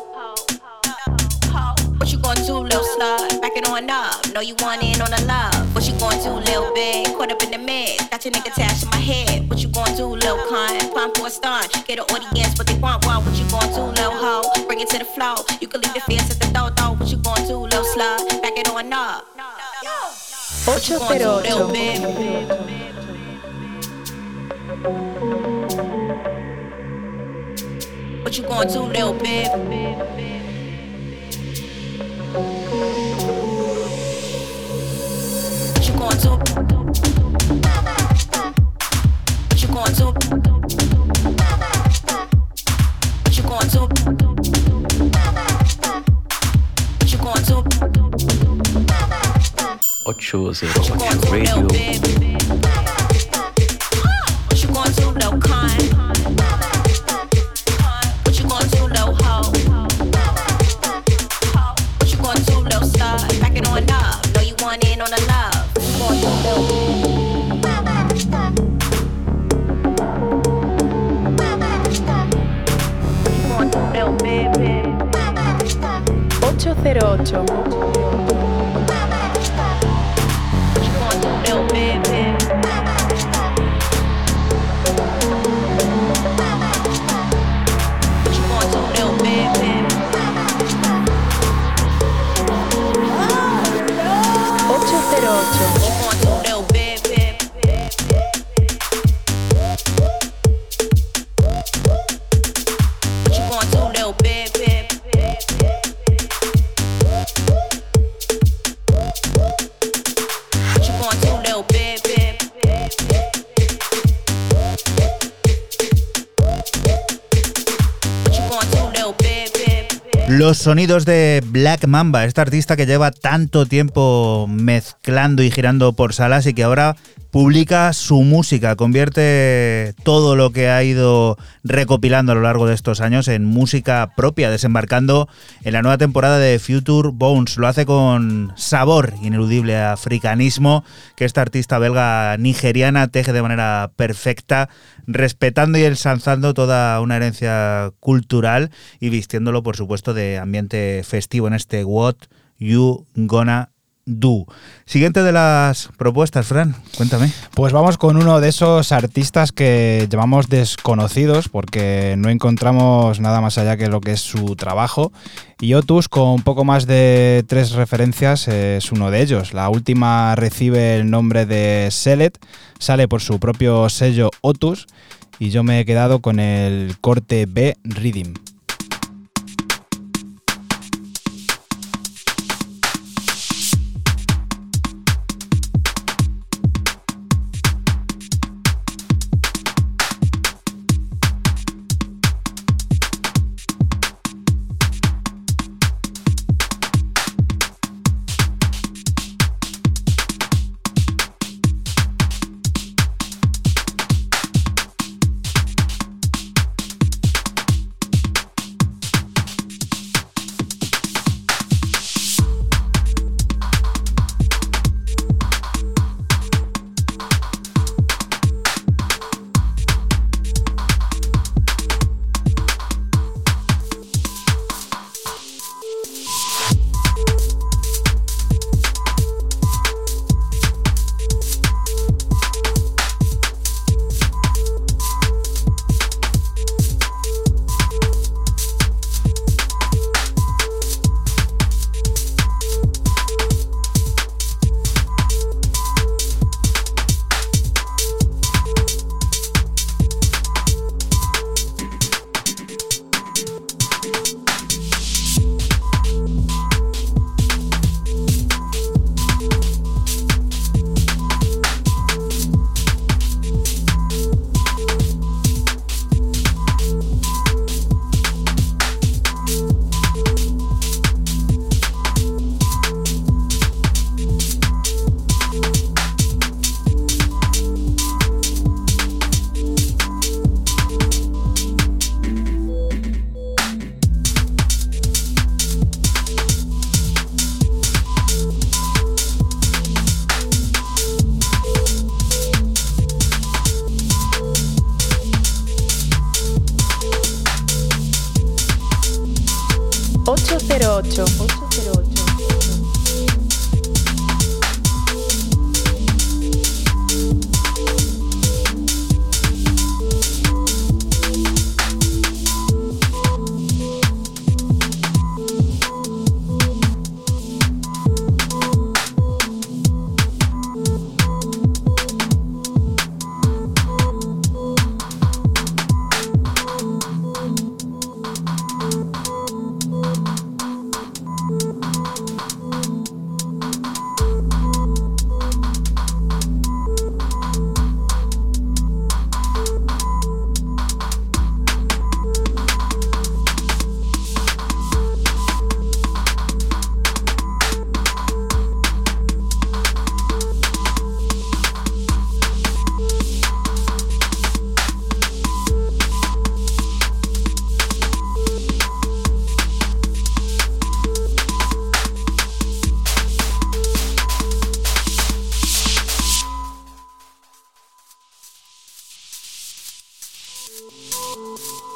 What you going to, little slut? Back it on up. Know you want in on the love. What you going to, little bit? Caught up in the mix. Got your nigga attached in my head. What you going to, little con? Prime for a stunt. Get an audience, but they want one. What you going to, little hoe? Bring it to the flow. You can leave the fears at the door, though. What you going to, little slut? Back it on up. ocho cero ocho. What you going to, little bit? What you going to? What you going to? What you going to? What you going to? ochocientos ocho Radio. What you going to, little con? What you going to, little hoe? What you going to, little slut? Back it on up. Know you want in on the love. What you going to, little baby? ocho cero ocho. Little baby. What you going to, little baby? ocho cero ocho. What you going to, little baby? What you going to, little baby? What you going to, little baby? What you going to, little baby? Los sonidos de Black Mamba, esta artista que lleva tanto tiempo mezclando y girando por salas y que ahora publica su música, convierte todo lo que ha ido recopilando a lo largo de estos años en música propia, desembarcando en la nueva temporada de Future Bones. Lo hace con sabor ineludible a africanismo que esta artista belga nigeriana teje de manera perfecta, respetando y ensalzando toda una herencia cultural y vistiéndolo, por supuesto, de ambiente festivo en este What You Gonna Do. Siguiente de las propuestas, Fran, cuéntame. Pues vamos con uno de esos artistas que llamamos desconocidos porque no encontramos nada más allá que lo que es su trabajo, y Otus, con poco más de tres referencias, es uno de ellos. La última recibe el nombre de Selet, sale por su propio sello Otus, y yo me he quedado con el corte B Rhythm.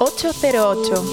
ocho cero ocho.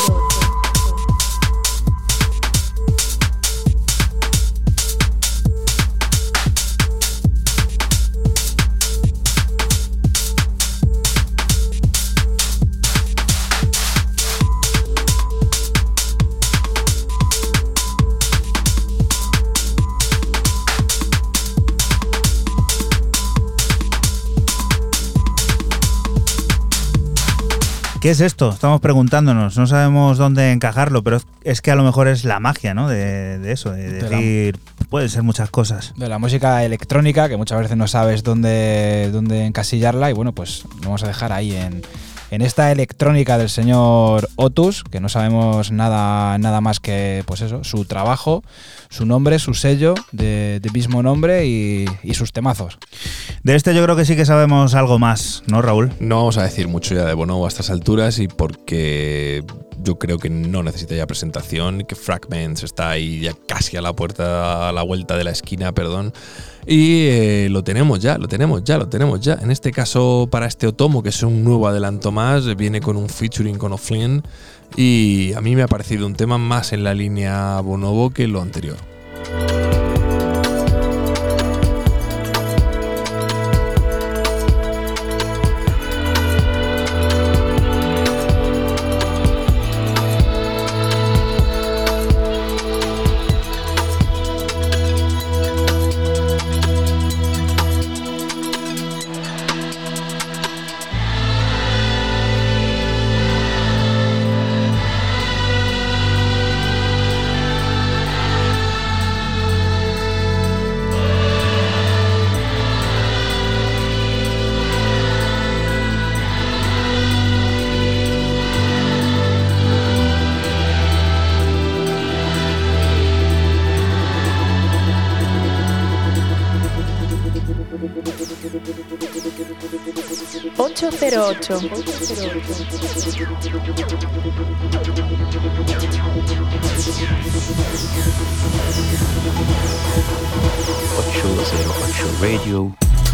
¿Qué es esto? Estamos preguntándonos, no sabemos dónde encajarlo, pero es que a lo mejor es la magia, ¿no? De, de eso, de, de decir, la, pueden ser muchas cosas. De la música electrónica, que muchas veces no sabes dónde, dónde encasillarla, y bueno, pues lo vamos a dejar ahí en, en esta electrónica del señor Otus, que no sabemos nada, nada más que, pues eso, su trabajo, su nombre, su sello de, de mismo nombre y, y sus temazos. De este yo creo que sí que sabemos algo más, ¿no, Raúl? No vamos a decir mucho ya de Bonobo a estas alturas, y porque yo creo que no necesita ya presentación, que Fragments está ahí ya casi a la puerta, a la vuelta de la esquina, perdón. Y eh, lo tenemos ya, lo tenemos ya, lo tenemos ya. En este caso, para este Otomo, que es un nuevo adelanto más, viene con un featuring con O'Flynn, y a mí me ha parecido un tema más en la línea Bonobo que lo anterior. ocho cero ocho. ocho cero ocho Radio.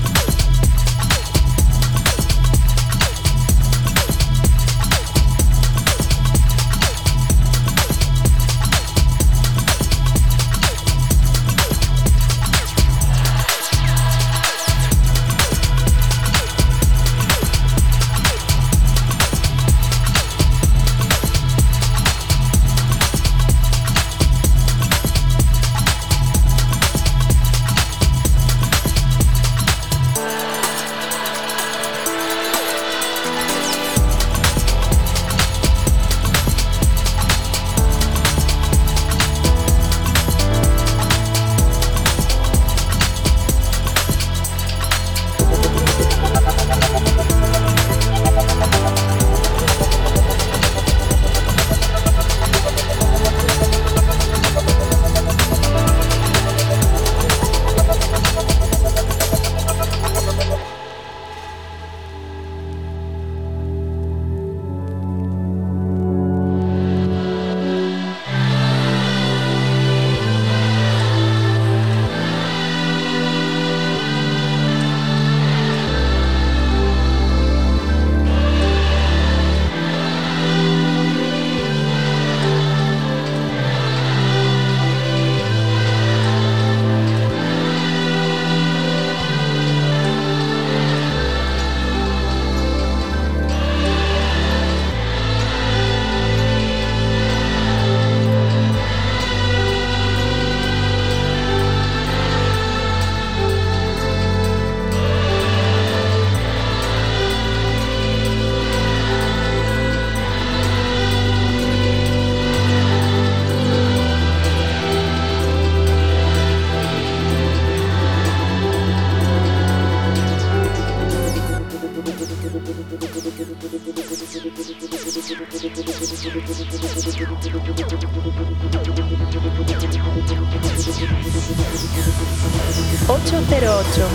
ocho cero ocho.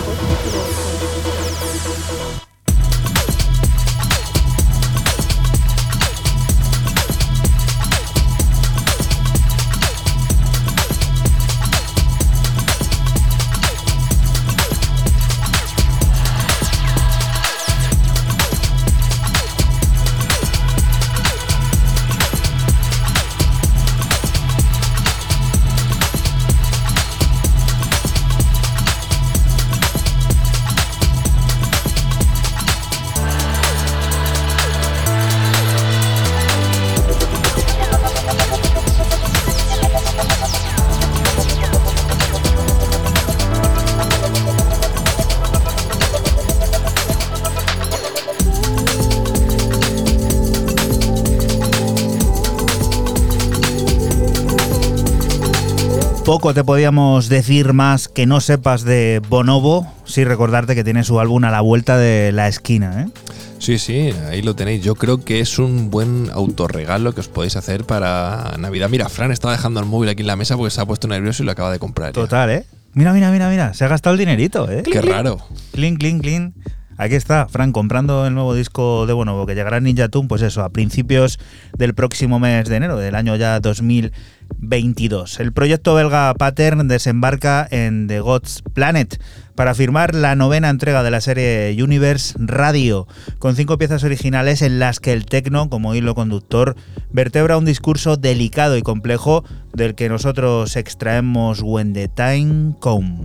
poco te podíamos decir más que no sepas de Bonobo, sí recordarte que tiene su álbum a la vuelta de la esquina, ¿eh? Sí, sí, ahí lo tenéis. Yo creo que es un buen autorregalo que os podéis hacer para Navidad. Mira, Fran estaba dejando el móvil aquí en la mesa porque se ha puesto nervioso y lo acaba de comprar. Total, ¿eh? Mira, mira, mira, mira, se ha gastado el dinerito, ¿eh? Qué raro. Clean, clean, clean. Aquí está, Fran, comprando el nuevo disco de Bonobo, que llegará en Ninja Tune, pues eso, a principios del próximo mes de enero, del año ya dos mil veintidós. El proyecto belga Pattern desembarca en The God's Planet para firmar la novena entrega de la serie Universe Radio, con cinco piezas originales en las que el techno, como hilo conductor, vertebra un discurso delicado y complejo del que nosotros extraemos When the Time Come.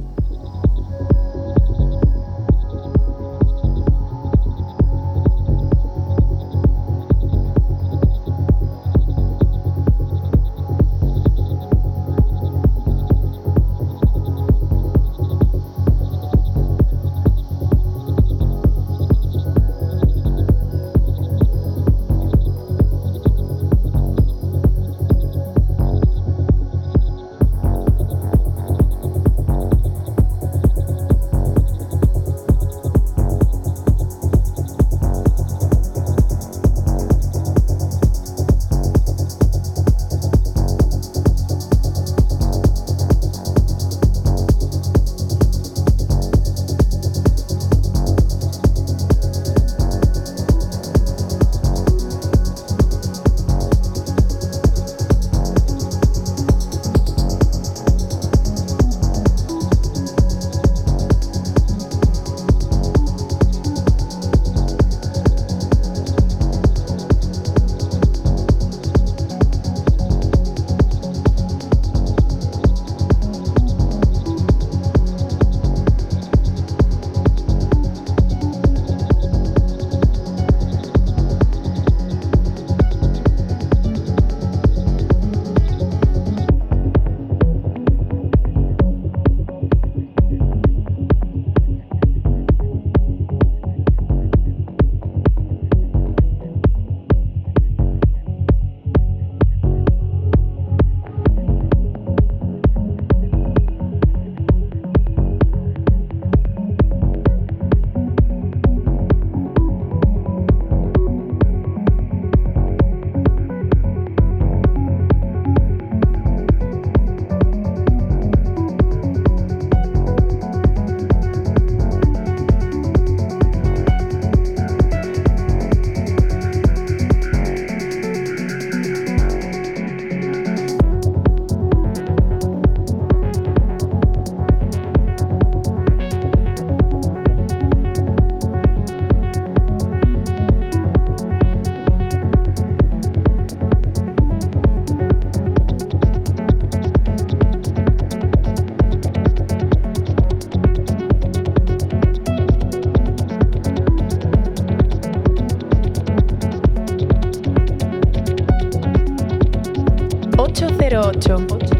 ocho cero ocho.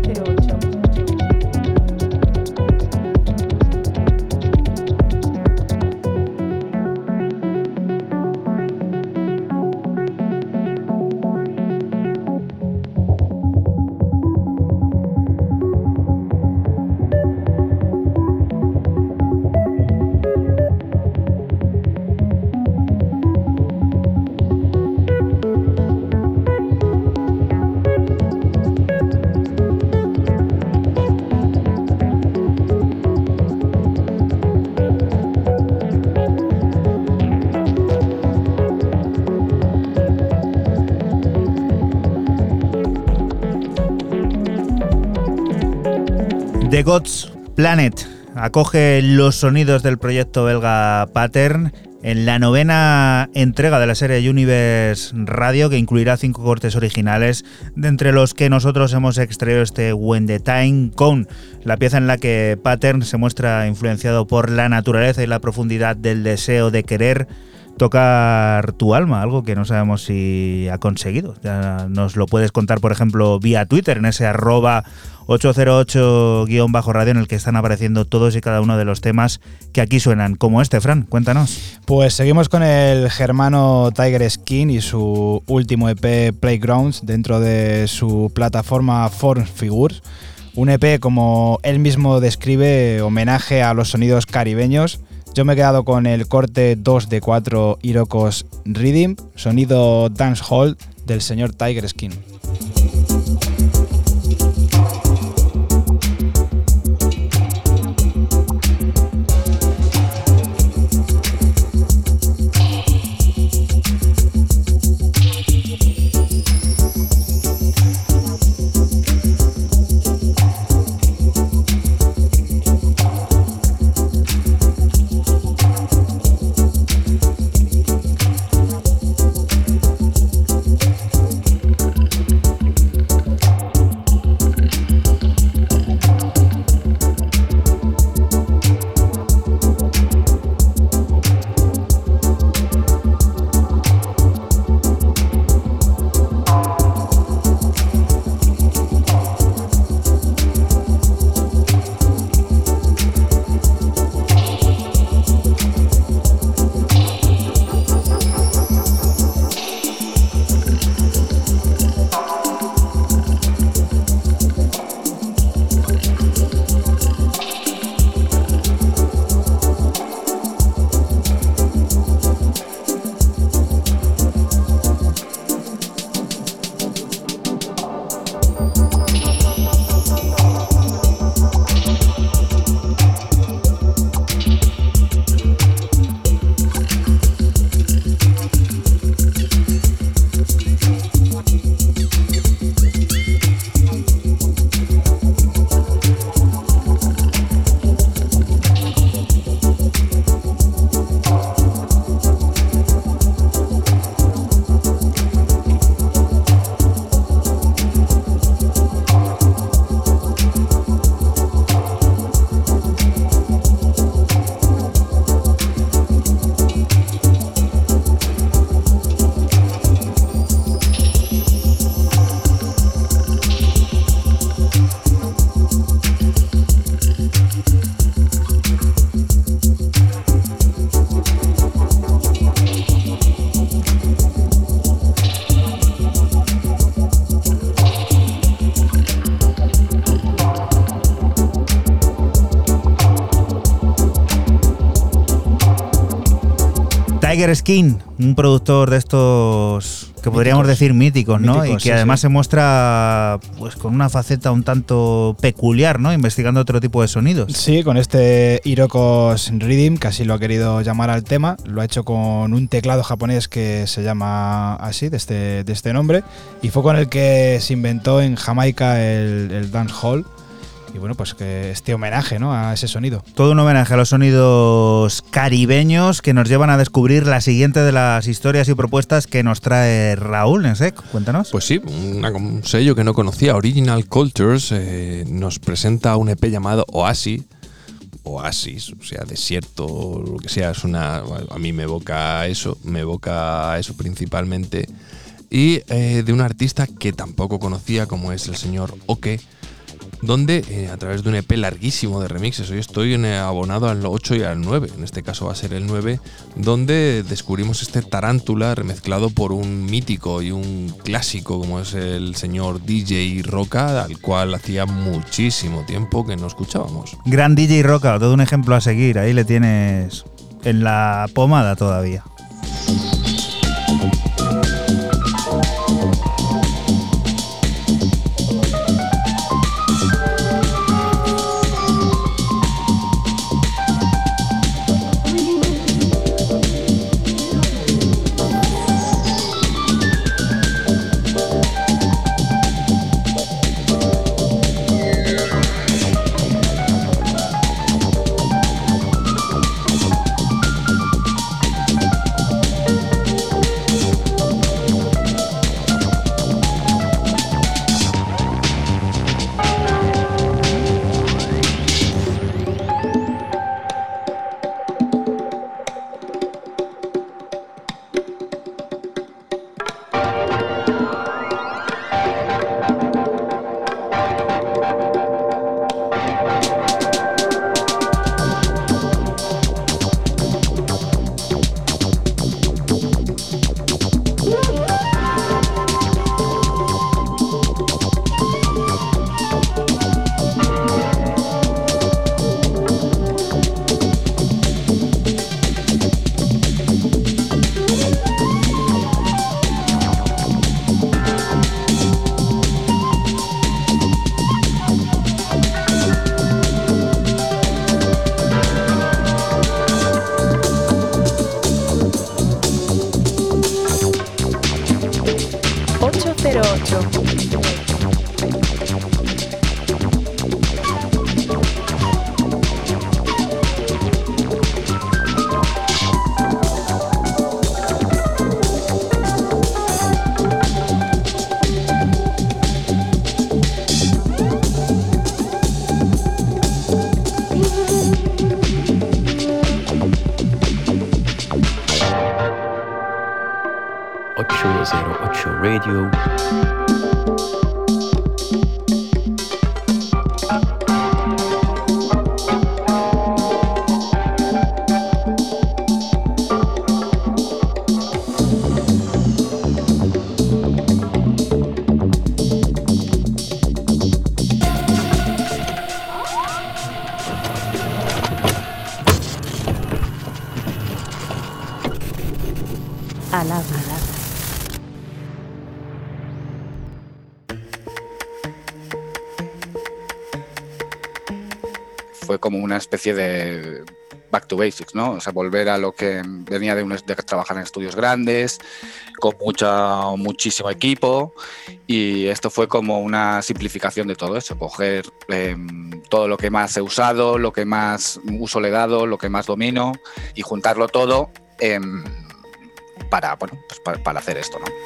The God's Planet acoge los sonidos del proyecto belga Pattern en la novena entrega de la serie Universe Radio, que incluirá cinco cortes originales, de entre los que nosotros hemos extraído este When the Time Come, la pieza en la que Pattern se muestra influenciado por la naturaleza y la profundidad del deseo de querer tocar tu alma, algo que no sabemos si ha conseguido. Ya nos lo puedes contar, por ejemplo, vía Twitter, en ese arroba ocho cero ocho guión bajo radio, en el que están apareciendo todos y cada uno de los temas que aquí suenan, como este. Fran, cuéntanos. Pues seguimos con el germano Tiger Skin y su último E P Playgrounds dentro de su plataforma Form Figures, Un E P, como él mismo describe, homenaje a los sonidos caribeños. Yo me he quedado con el corte dos de cuatro Iroquois Rhythm, sonido dancehall del señor Tiger Skin. Tiger Skin, un productor de estos que podríamos míticos, decir míticos, ¿no? Míticos, y que sí, además sí. se muestra pues con una faceta un tanto peculiar, ¿no? Investigando otro tipo de sonidos. Sí, con este Iroquois Rhythm, que así lo ha querido llamar al tema, lo ha hecho con un teclado japonés que se llama así, de este, de este nombre, y fue con el que se inventó en Jamaica el, el dancehall. Y bueno, pues que este homenaje, ¿no?, a ese sonido. Todo un homenaje a los sonidos caribeños que nos llevan a descubrir la siguiente de las historias y propuestas que nos trae Raúl Ensec. Cuéntanos. Pues sí, una, un sello que no conocía, Original Cultures, eh, nos presenta un E P llamado Oasis. Oasis, o sea, desierto, lo que sea, es una, a mí me evoca eso, me evoca eso principalmente. Y eh, de un artista que tampoco conocía, como es el señor Oke, donde eh, a través de un E P larguísimo de remixes, hoy estoy en, eh, abonado al ocho y al nueve, en este caso va a ser el nueve, donde descubrimos este Tarántula remezclado por un mítico y un clásico como es el señor D J Roca, al cual hacía muchísimo tiempo que no escuchábamos. Gran D J Roca, todo un ejemplo a seguir, ahí le tienes en la pomada todavía. Radio. Fue como una especie de back to basics, ¿no? O sea, volver a lo que venía de, un, de trabajar en estudios grandes, con mucha, muchísimo equipo, y esto fue como una simplificación de todo eso, coger eh, todo lo que más he usado, lo que más uso le he dado, lo que más domino, y juntarlo todo eh, para, bueno, pues para, para hacer esto, ¿no?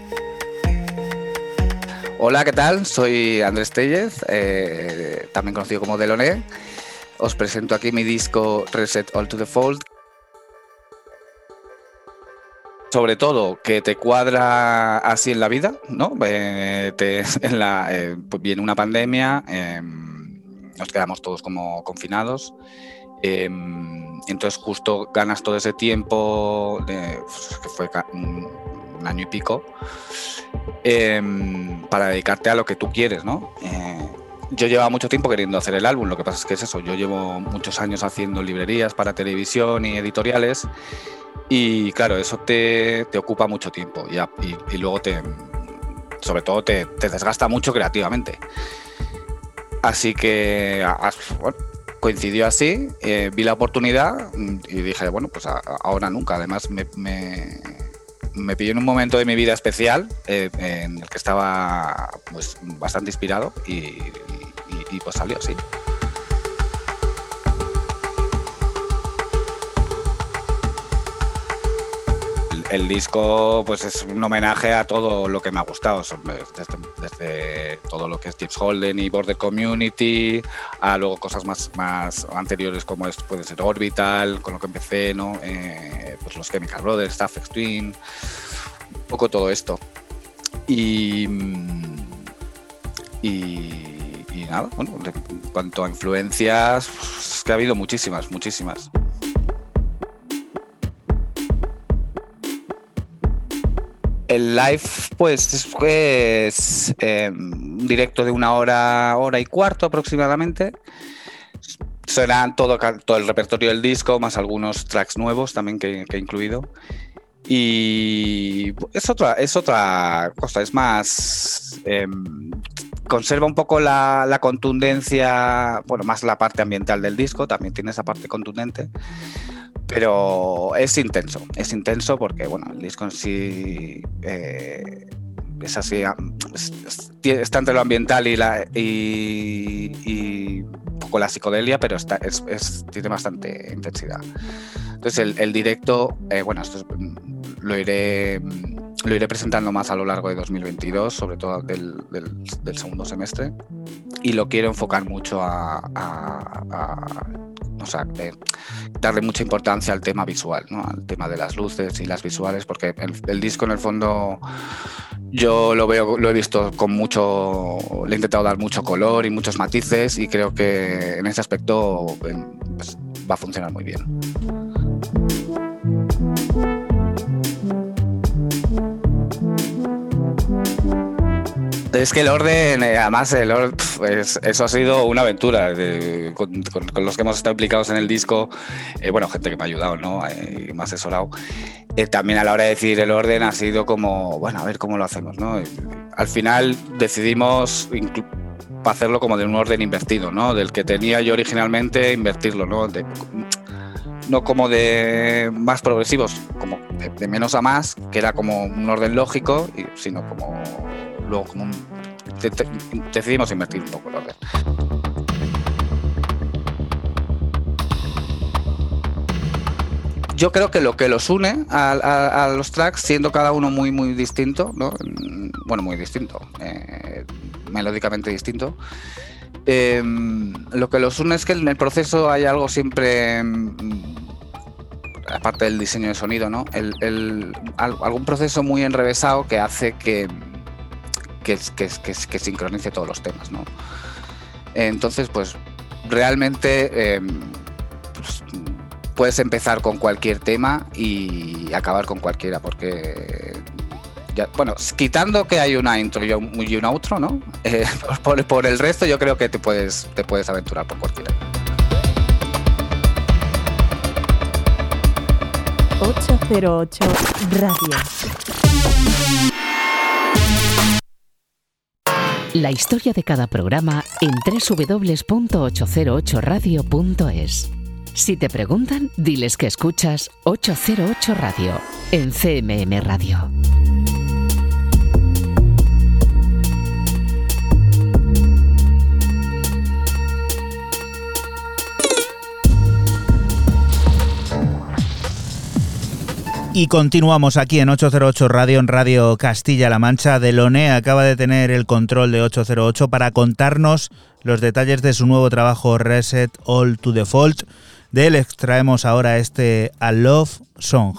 Hola, ¿qué tal? Soy Andrés Tellez, eh, también conocido como Deloné. Os presento aquí mi disco Reset All to the Fold. Sobre todo, que te cuadra así en la vida, ¿no? Eh, te, en la, eh, pues viene una pandemia, eh, nos quedamos todos como confinados. Eh, entonces justo ganas todo ese tiempo, de, pues, que fue un, un año y pico, eh, para dedicarte a lo que tú quieres, ¿no? Eh, Yo llevaba mucho tiempo queriendo hacer el álbum, lo que pasa es que es eso, yo llevo muchos años haciendo librerías para televisión y editoriales y claro, eso te, te ocupa mucho tiempo y, y, y luego te, sobre todo te, te desgasta mucho creativamente. Así que bueno, coincidió así, eh, vi la oportunidad y dije, bueno, pues a, ahora nunca. Además me, me, me pilló en un momento de mi vida especial eh, en el que estaba pues, bastante inspirado y, y, y pues salió así. El, el disco pues es un homenaje a todo lo que me ha gustado, desde, desde todo lo que es James Holden y Border Community, a luego cosas más, más anteriores como es, puede ser Orbital, con lo que empecé, ¿no? Eh, pues los Chemical Brothers, Aphex Twin, un poco todo esto. Y, y, y nada, bueno, en cuanto a influencias, es que ha habido muchísimas, muchísimas. El live, pues, es pues, eh, un directo de una hora, hora y cuarto aproximadamente. Serán todo, todo el repertorio del disco, más algunos tracks nuevos también que, que he incluido. Y es otra, es otra cosa, es más... Eh, conserva un poco la, la contundencia, bueno, más la parte ambiental del disco, también tiene esa parte contundente. Pero es intenso, es intenso porque, bueno, el disco en sí eh, es así, es, es, está entre lo ambiental y, la, y, y un poco la psicodelia, pero está, es, es, tiene bastante intensidad. Entonces el, el directo, eh, bueno, esto es, lo iré... Lo iré presentando más a lo largo de dos mil veintidós, sobre todo del, del, del segundo semestre, y lo quiero enfocar mucho a, a, a o sea, eh, darle mucha importancia al tema visual, ¿no? Al tema de las luces y las visuales, porque el, el disco en el fondo yo lo veo, lo he visto con mucho, le he intentado dar mucho color y muchos matices, y creo que en ese aspecto pues, va a funcionar muy bien. Es que el orden, además, el orden, pues, eso ha sido una aventura de, con, con, con los que hemos estado implicados en el disco. Eh, bueno, gente que me ha ayudado, ¿no? Eh, me ha asesorado. Eh, también a la hora de decidir el orden ha sido como, bueno, a ver cómo lo hacemos, ¿no? Al final decidimos inclu- hacerlo como de un orden invertido, ¿no? Del que tenía yo originalmente, invertirlo, ¿no? De, no como de más progresivos, como de, de menos a más, que era como un orden lógico, y, sino como... Luego como un, te, te, decidimos invertir un poco el orden. Yo creo que lo que los une a, a, a los tracks, siendo cada uno muy muy distinto, ¿no? Bueno, muy distinto, eh, melódicamente distinto, eh, lo que los une es que en el proceso hay algo siempre aparte del diseño de sonido, ¿no? El, el, algún proceso muy enrevesado que hace que, que, que, que, que sincronice todos los temas, ¿no? Entonces, pues realmente eh, pues, puedes empezar con cualquier tema y acabar con cualquiera, porque ya, bueno, quitando que hay una intro y un, y un outro, ¿no? Eh, por, por el resto yo creo que te puedes, te puedes aventurar por cualquiera. ocho cero ocho Radio. La historia de cada programa en doble u doble u doble u punto ocho cero ocho radio punto es. Si te preguntan, diles que escuchas ocho cero ocho Radio en C M M Radio. Y continuamos aquí en ocho cero ocho Radio, en Radio Castilla-La Mancha. Delaunay acaba de tener el control de ocho cero ocho para contarnos los detalles de su nuevo trabajo Reset All to Default. De él extraemos ahora este A Love Song.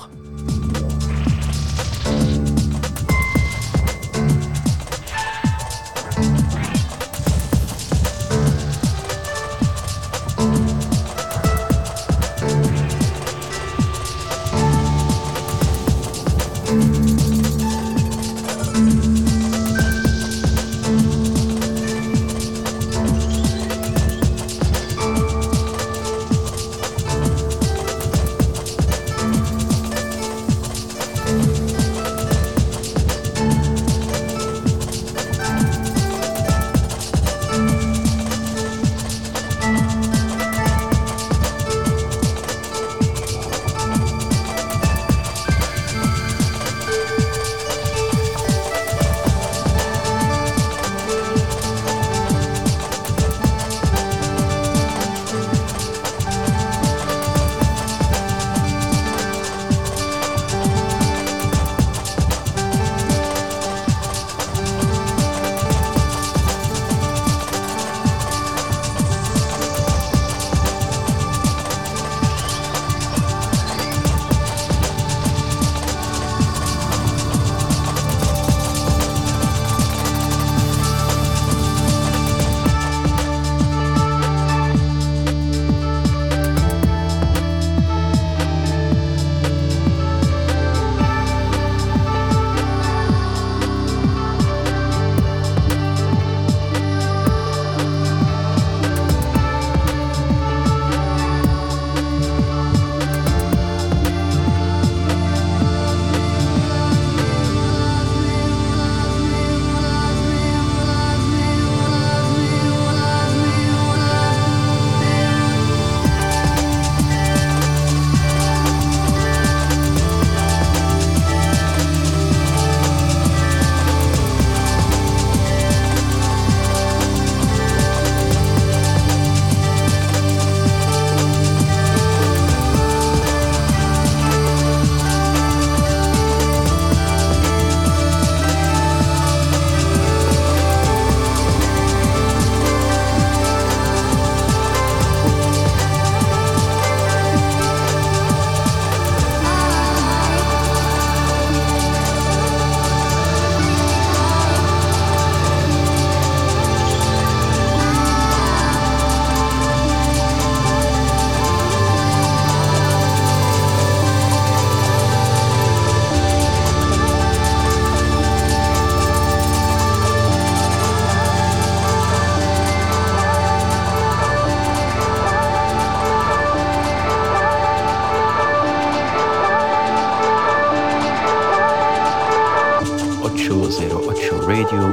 Radio.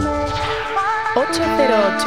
ocho cero ocho.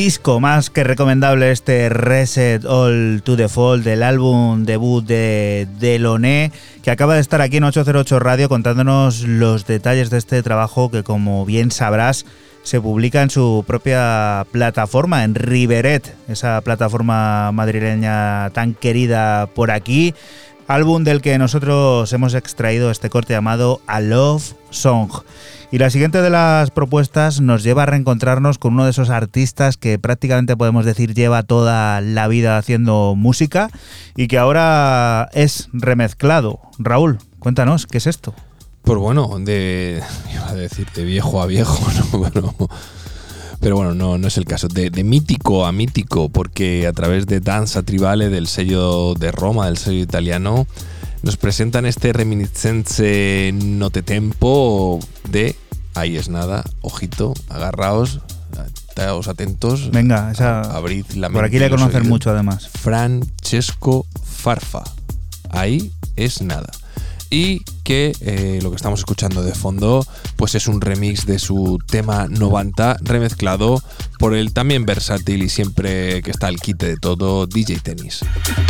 disco más que recomendable, este Reset All to the Fall del álbum debut de Delaunay, que acaba de estar aquí en ochocientos ocho Radio contándonos los detalles de este trabajo que, como bien sabrás, se publica en su propia plataforma, en Riveret, esa plataforma madrileña tan querida por aquí. Álbum del que nosotros hemos extraído este corte llamado A Love Song. Y la siguiente de las propuestas nos lleva a reencontrarnos con uno de esos artistas que prácticamente podemos decir lleva toda la vida haciendo música y que ahora es remezclado. Raúl, cuéntanos, ¿qué es esto? Pues bueno, de, iba a decir de viejo a viejo, ¿no? Bueno, pero bueno, no, no es el caso. De, de mítico a mítico, porque a través de Danza Tribale, del sello de Roma, del sello italiano, nos presentan este reminiscenze notetempo de Ahí es nada, ojito, agarraos, estáos atentos. Venga, esa, abrid la mente. Por aquí le conocen oídos. Mucho además. Francesco Farfa, Ahí es nada. Y que eh, lo que estamos escuchando de fondo pues es un remix de su tema noventa remezclado por el también versátil y siempre que está al quite de todo D J Tennis.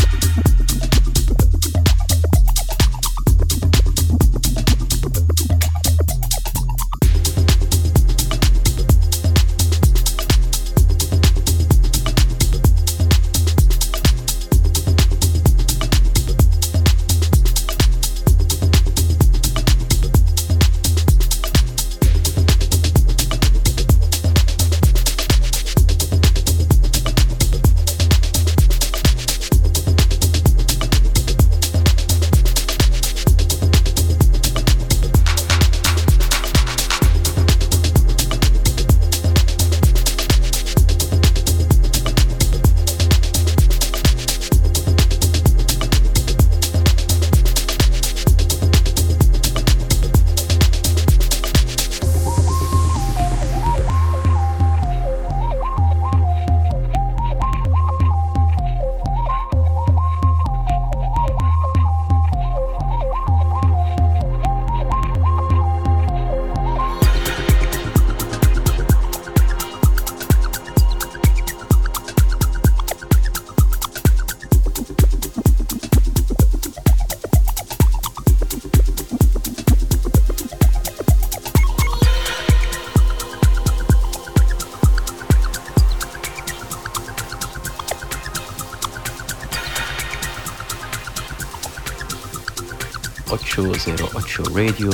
ochocientos ocho Radio.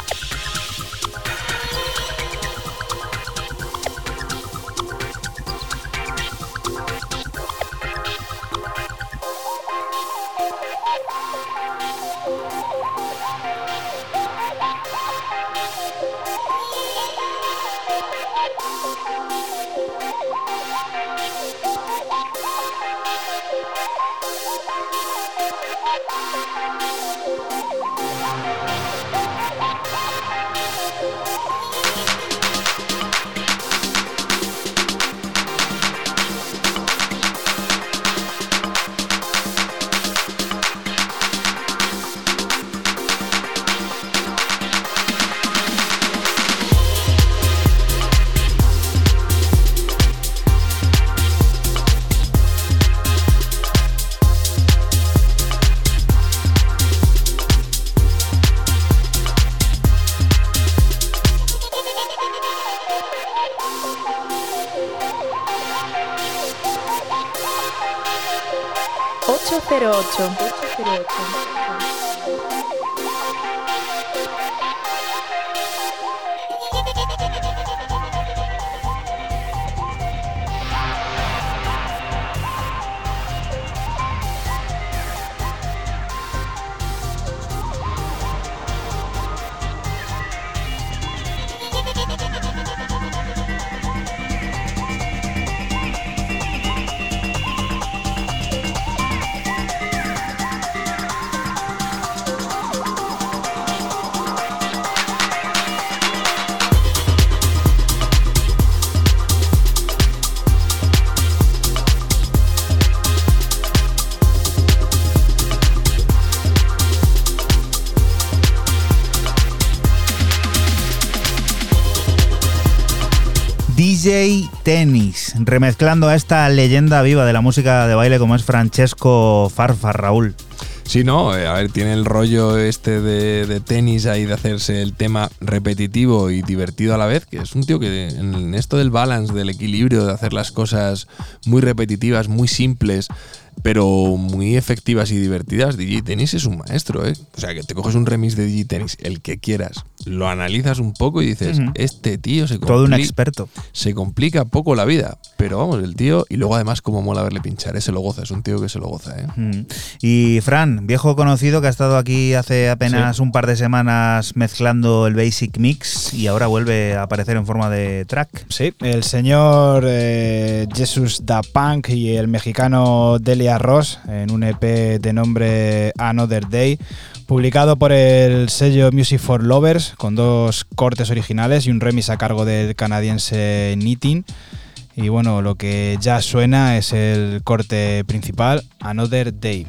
ochocientos ocho. D J Tennis, remezclando a esta leyenda viva de la música de baile como es Francesco Farfa, Raúl. Sí, no, a ver, tiene el rollo este de, de tenis ahí, de hacerse el tema repetitivo y divertido a la vez, que es un tío que en esto del balance, del equilibrio, de hacer las cosas muy repetitivas, muy simples, pero muy efectivas y divertidas, D J Tennis es un maestro, ¿eh? O sea, que te coges un remix de D J Tennis, el que quieras, lo analizas un poco y dices, uh-huh. este tío se complica, todo un experto. Se complica poco la vida, pero vamos, el tío, y luego además cómo mola verle pinchar, ¿eh? Se lo goza, es un tío que se lo goza, ¿eh? Uh-huh. Y Fran, viejo conocido que ha estado aquí hace apenas sí. un par de semanas mezclando el Basic Mix y ahora vuelve a aparecer en forma de track. Sí, el señor eh, Jesus Da Punk y el mexicano Delia Ross en un E P de nombre Another Day, publicado por el sello Music for Lovers, con dos cortes originales y un remix a cargo del canadiense Nitin. Y bueno, lo que ya suena es el corte principal, Another Day.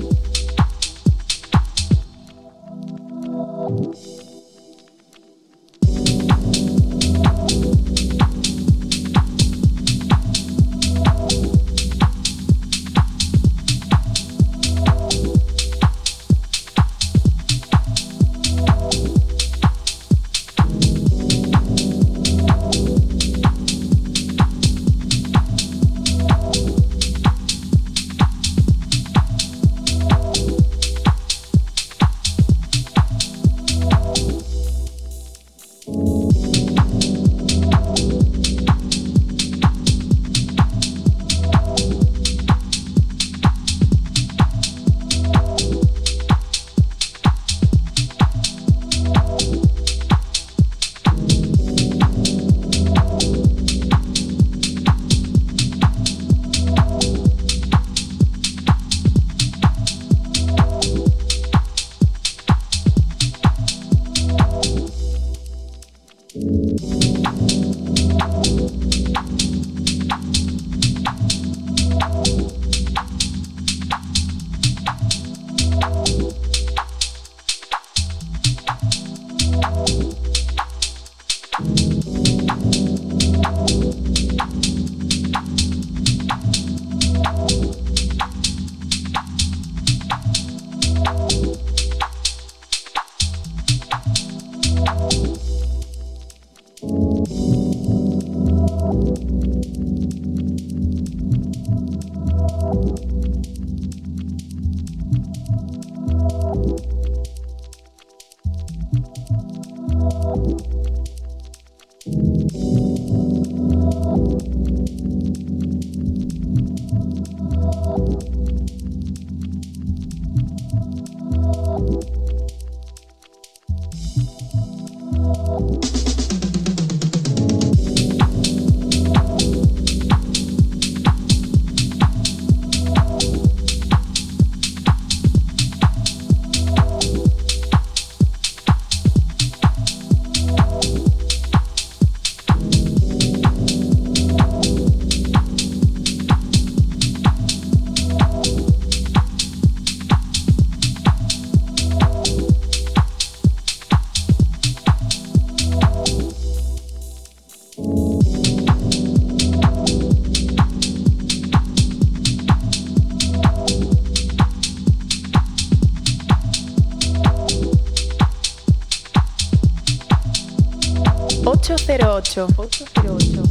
ocho cero ocho. ocho cero ocho.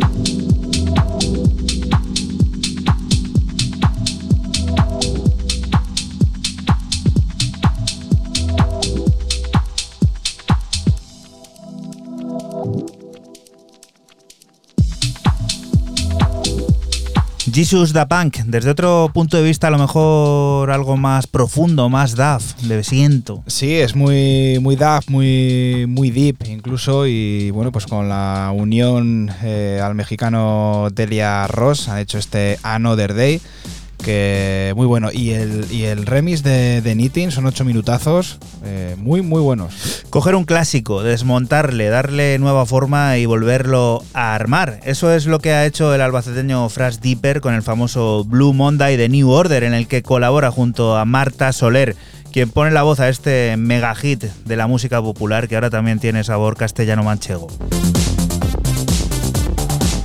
Jesus Da Punk, desde otro punto de vista a lo mejor algo más profundo, más daf, le siento. Sí, es muy, muy daf, muy, muy deep incluso, y bueno, pues con la unión eh, al mexicano Delia Ross ha hecho este Another Day, que muy bueno, y el, y el remix de, de Nitin son ocho minutazos, eh, muy muy buenos. Coger un clásico, desmontarle, darle nueva forma y volverlo a armar. Eso es lo que ha hecho el albaceteño Fras Dipper con el famoso Blue Monday de New Order, en el que colabora junto a Marta Soler, quien pone la voz a este mega hit de la música popular que ahora también tiene sabor castellano manchego.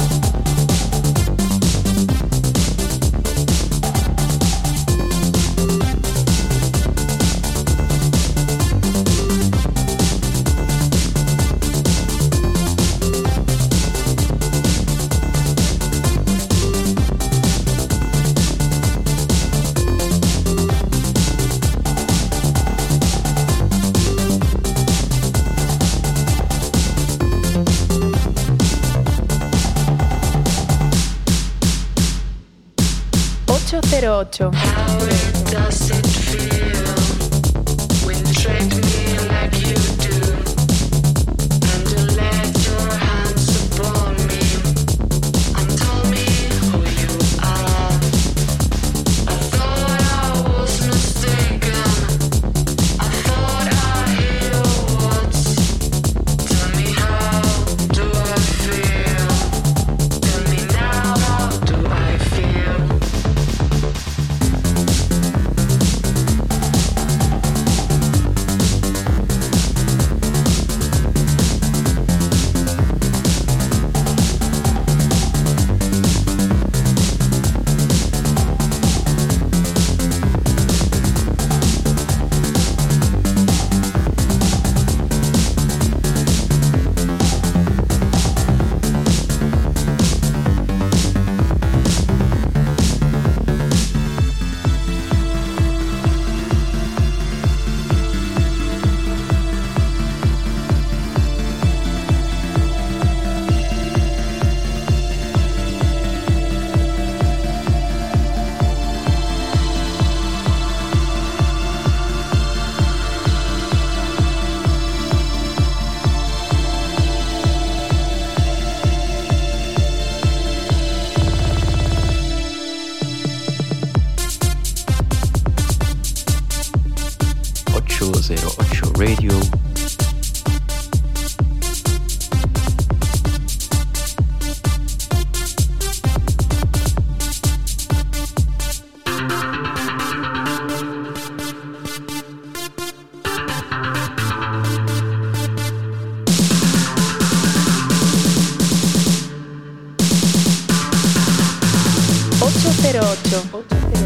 ocho cero ocho. ocho cero ocho Radio. ocho cero ocho.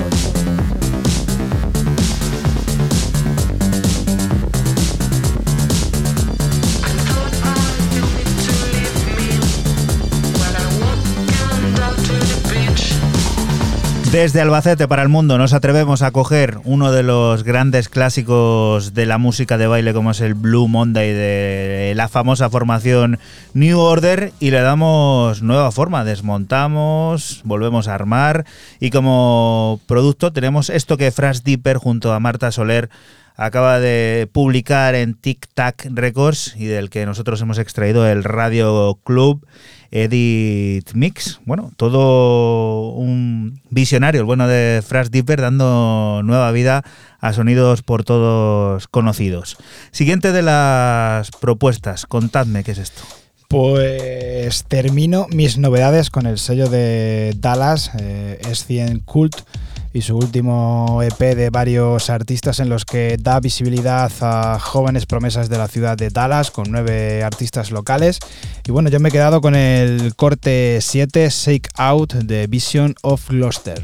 Desde Albacete para el mundo nos atrevemos a coger uno de los grandes clásicos de la música de baile como es el Blue Monday de la famosa formación New Order y le damos nueva forma, desmontamos, volvemos a armar y como producto tenemos esto que Franz Dipper junto a Marta Soler acaba de publicar en Tic Tac Records y del que nosotros hemos extraído el Radio Club Edit Mix. Bueno, todo un visionario, el bueno de Franz Dipper, dando nueva vida a sonidos por todos conocidos. Siguiente de las propuestas, contadme qué es esto. Pues termino mis novedades con el sello de Dallas, eh, S cien Cult, y su último E P de varios artistas en los que da visibilidad a jóvenes promesas de la ciudad de Dallas con nueve artistas locales. Y bueno, yo me he quedado con el corte siete, Shake Out, de Vision of Gloucester.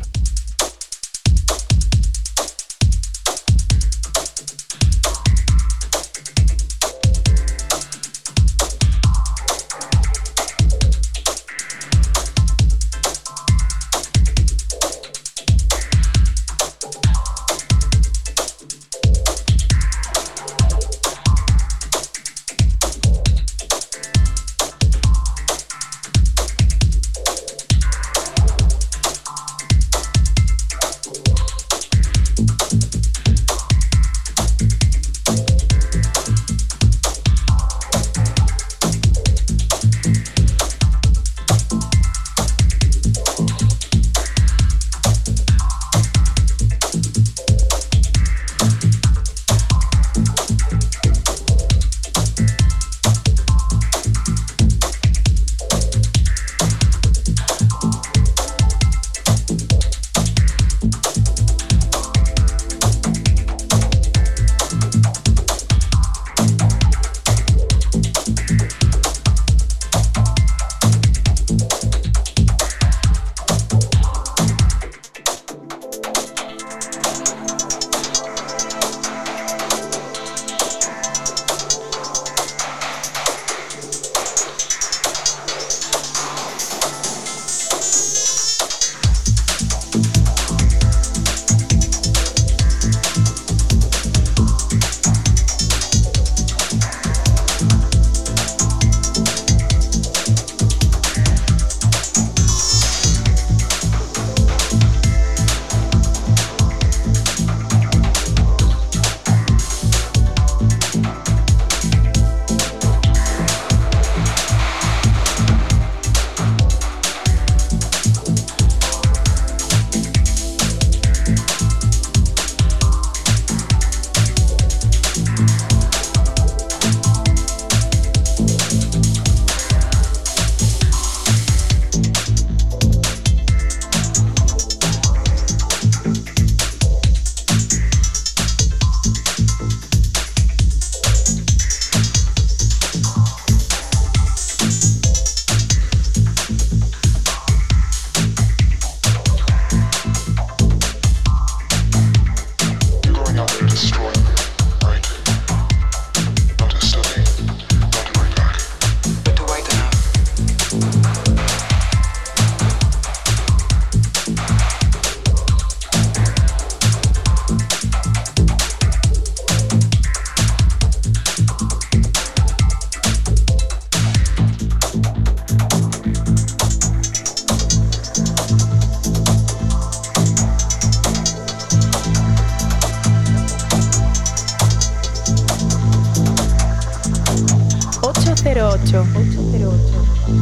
cero ocho. ocho cero ocho.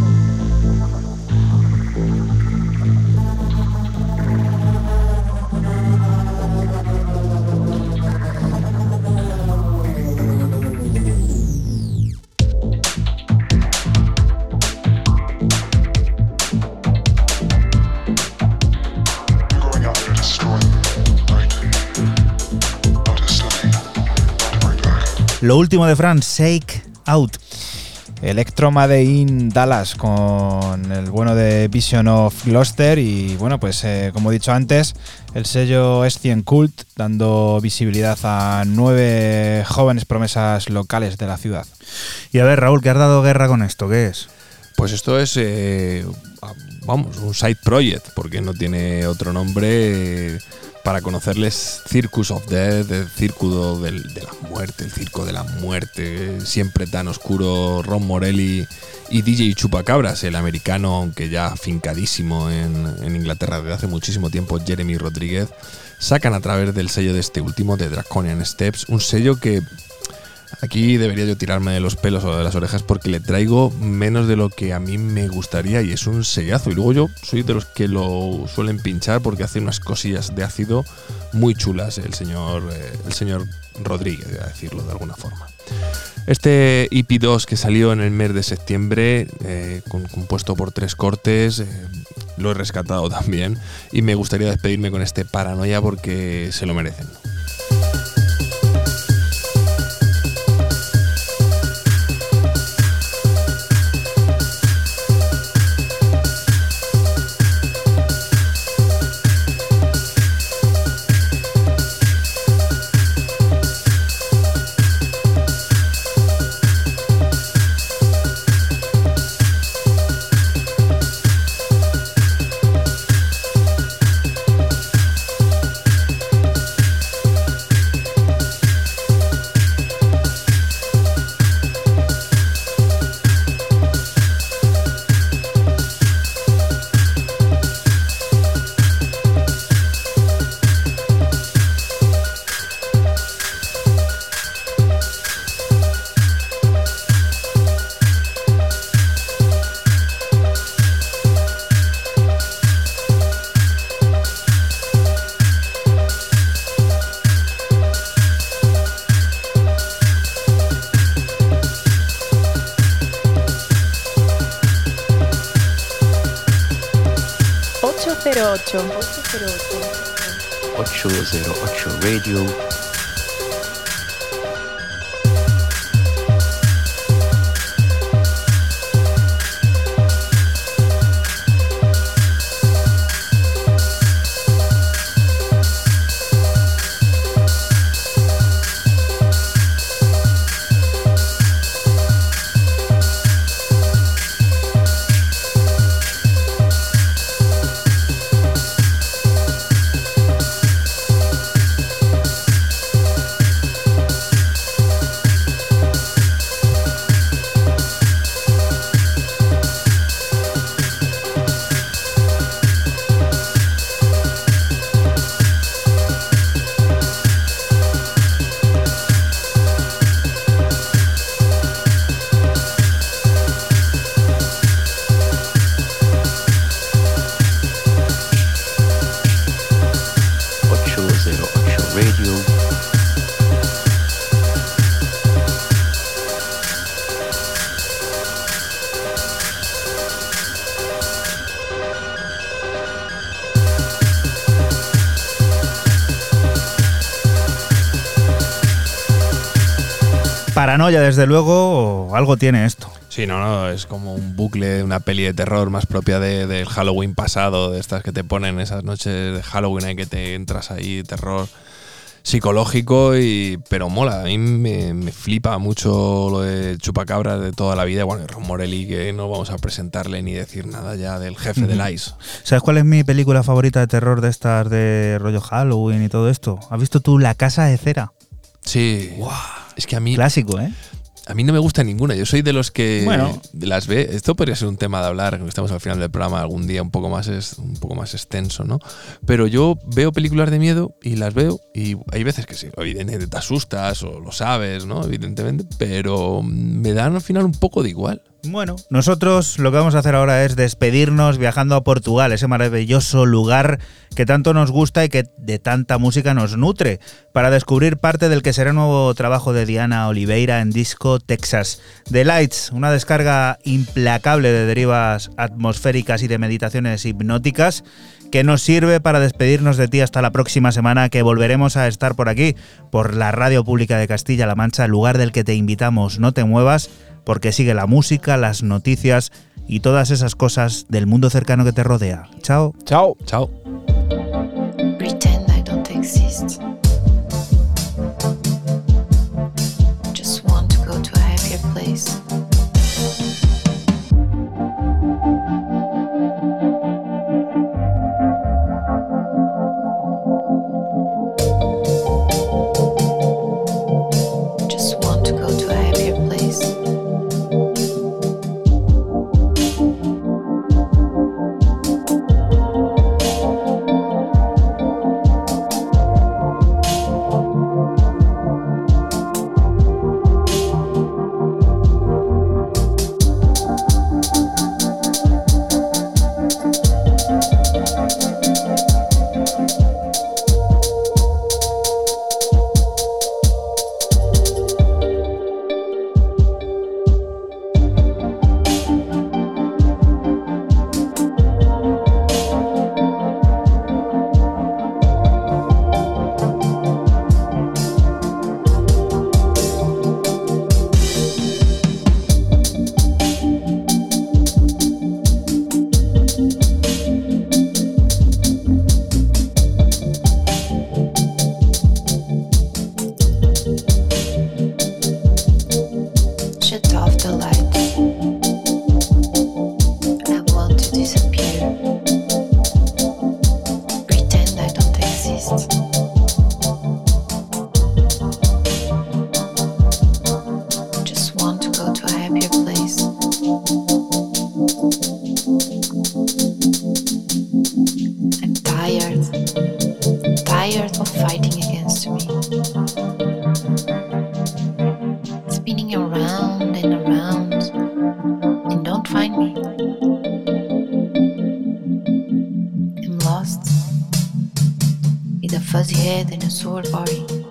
Lo último de Franz, Shake Out. Electro Made in Dallas con el bueno de Vision of Gloucester y bueno, pues eh, como he dicho antes, el sello Escient Cult dando visibilidad a nueve jóvenes promesas locales de la ciudad. Y a ver, Raúl, ¿qué has dado guerra con esto? ¿Qué es? Pues esto es, eh, vamos, un side project, porque no tiene otro nombre. Eh, para conocerles, Circus of Death, el circo del, de la muerte, el circo de la muerte, siempre tan oscuro, Ron Morelli y D J Chupacabras, el americano, aunque ya afincadísimo en, en Inglaterra desde hace muchísimo tiempo, Jeremy Rodríguez, sacan a través del sello de este último, de Draconian Steps, un sello que aquí debería yo tirarme de los pelos o de las orejas porque le traigo menos de lo que a mí me gustaría y es un sellazo. Y luego yo soy de los que lo suelen pinchar porque hace unas cosillas de ácido muy chulas el señor, eh, el señor Rodríguez, a decirlo de alguna forma. Este E P dos que salió en el mes de septiembre, eh, con, compuesto por tres cortes, eh, lo he rescatado también y me gustaría despedirme con este Paranoia porque se lo merecen. ocho cero ocho. ocho cero ocho Radio. Paranoia, desde luego, algo tiene esto. Sí, no, no, es como un bucle de una peli de terror más propia del de, de Halloween pasado, de estas que te ponen esas noches de Halloween en que te entras ahí, terror psicológico, y pero mola. A mí me, me flipa mucho lo de Chupacabras de toda la vida. Bueno, Ron Morelli, que no vamos a presentarle ni decir nada ya del jefe uh-huh. del Ice. ¿Sabes cuál es mi película favorita de terror de estas de rollo Halloween y todo esto? ¿Has visto tú La Casa de Cera? Sí. Wow. Es que a mí... Clásico, ¿eh? A mí no me gusta ninguna. Yo soy de los que bueno. las ve. Esto podría ser un tema de hablar, que estamos al final del programa algún día un poco más es, un poco más extenso, ¿no? Pero yo veo películas de miedo y las veo y hay veces que sí, evidentemente te asustas o lo sabes, ¿no? Evidentemente, pero me dan al final un poco de igual. Bueno, nosotros lo que vamos a hacer ahora es despedirnos viajando a Portugal, ese maravilloso lugar que tanto nos gusta y que de tanta música nos nutre, para descubrir parte del que será el nuevo trabajo de Diana Oliveira en disco Texas. The Lights, una descarga implacable de derivas atmosféricas y de meditaciones hipnóticas que nos sirve para despedirnos de ti hasta la próxima semana, que volveremos a estar por aquí, por la Radio Pública de Castilla-La Mancha, lugar del que te invitamos. No te muevas, porque sigue la música, las noticias y todas esas cosas del mundo cercano que te rodea. Chao. Chao. Chao. Pretend I don't exist. Just want to go to a happier place. Just want to go to a happier place. Fuzzy head and a sore body.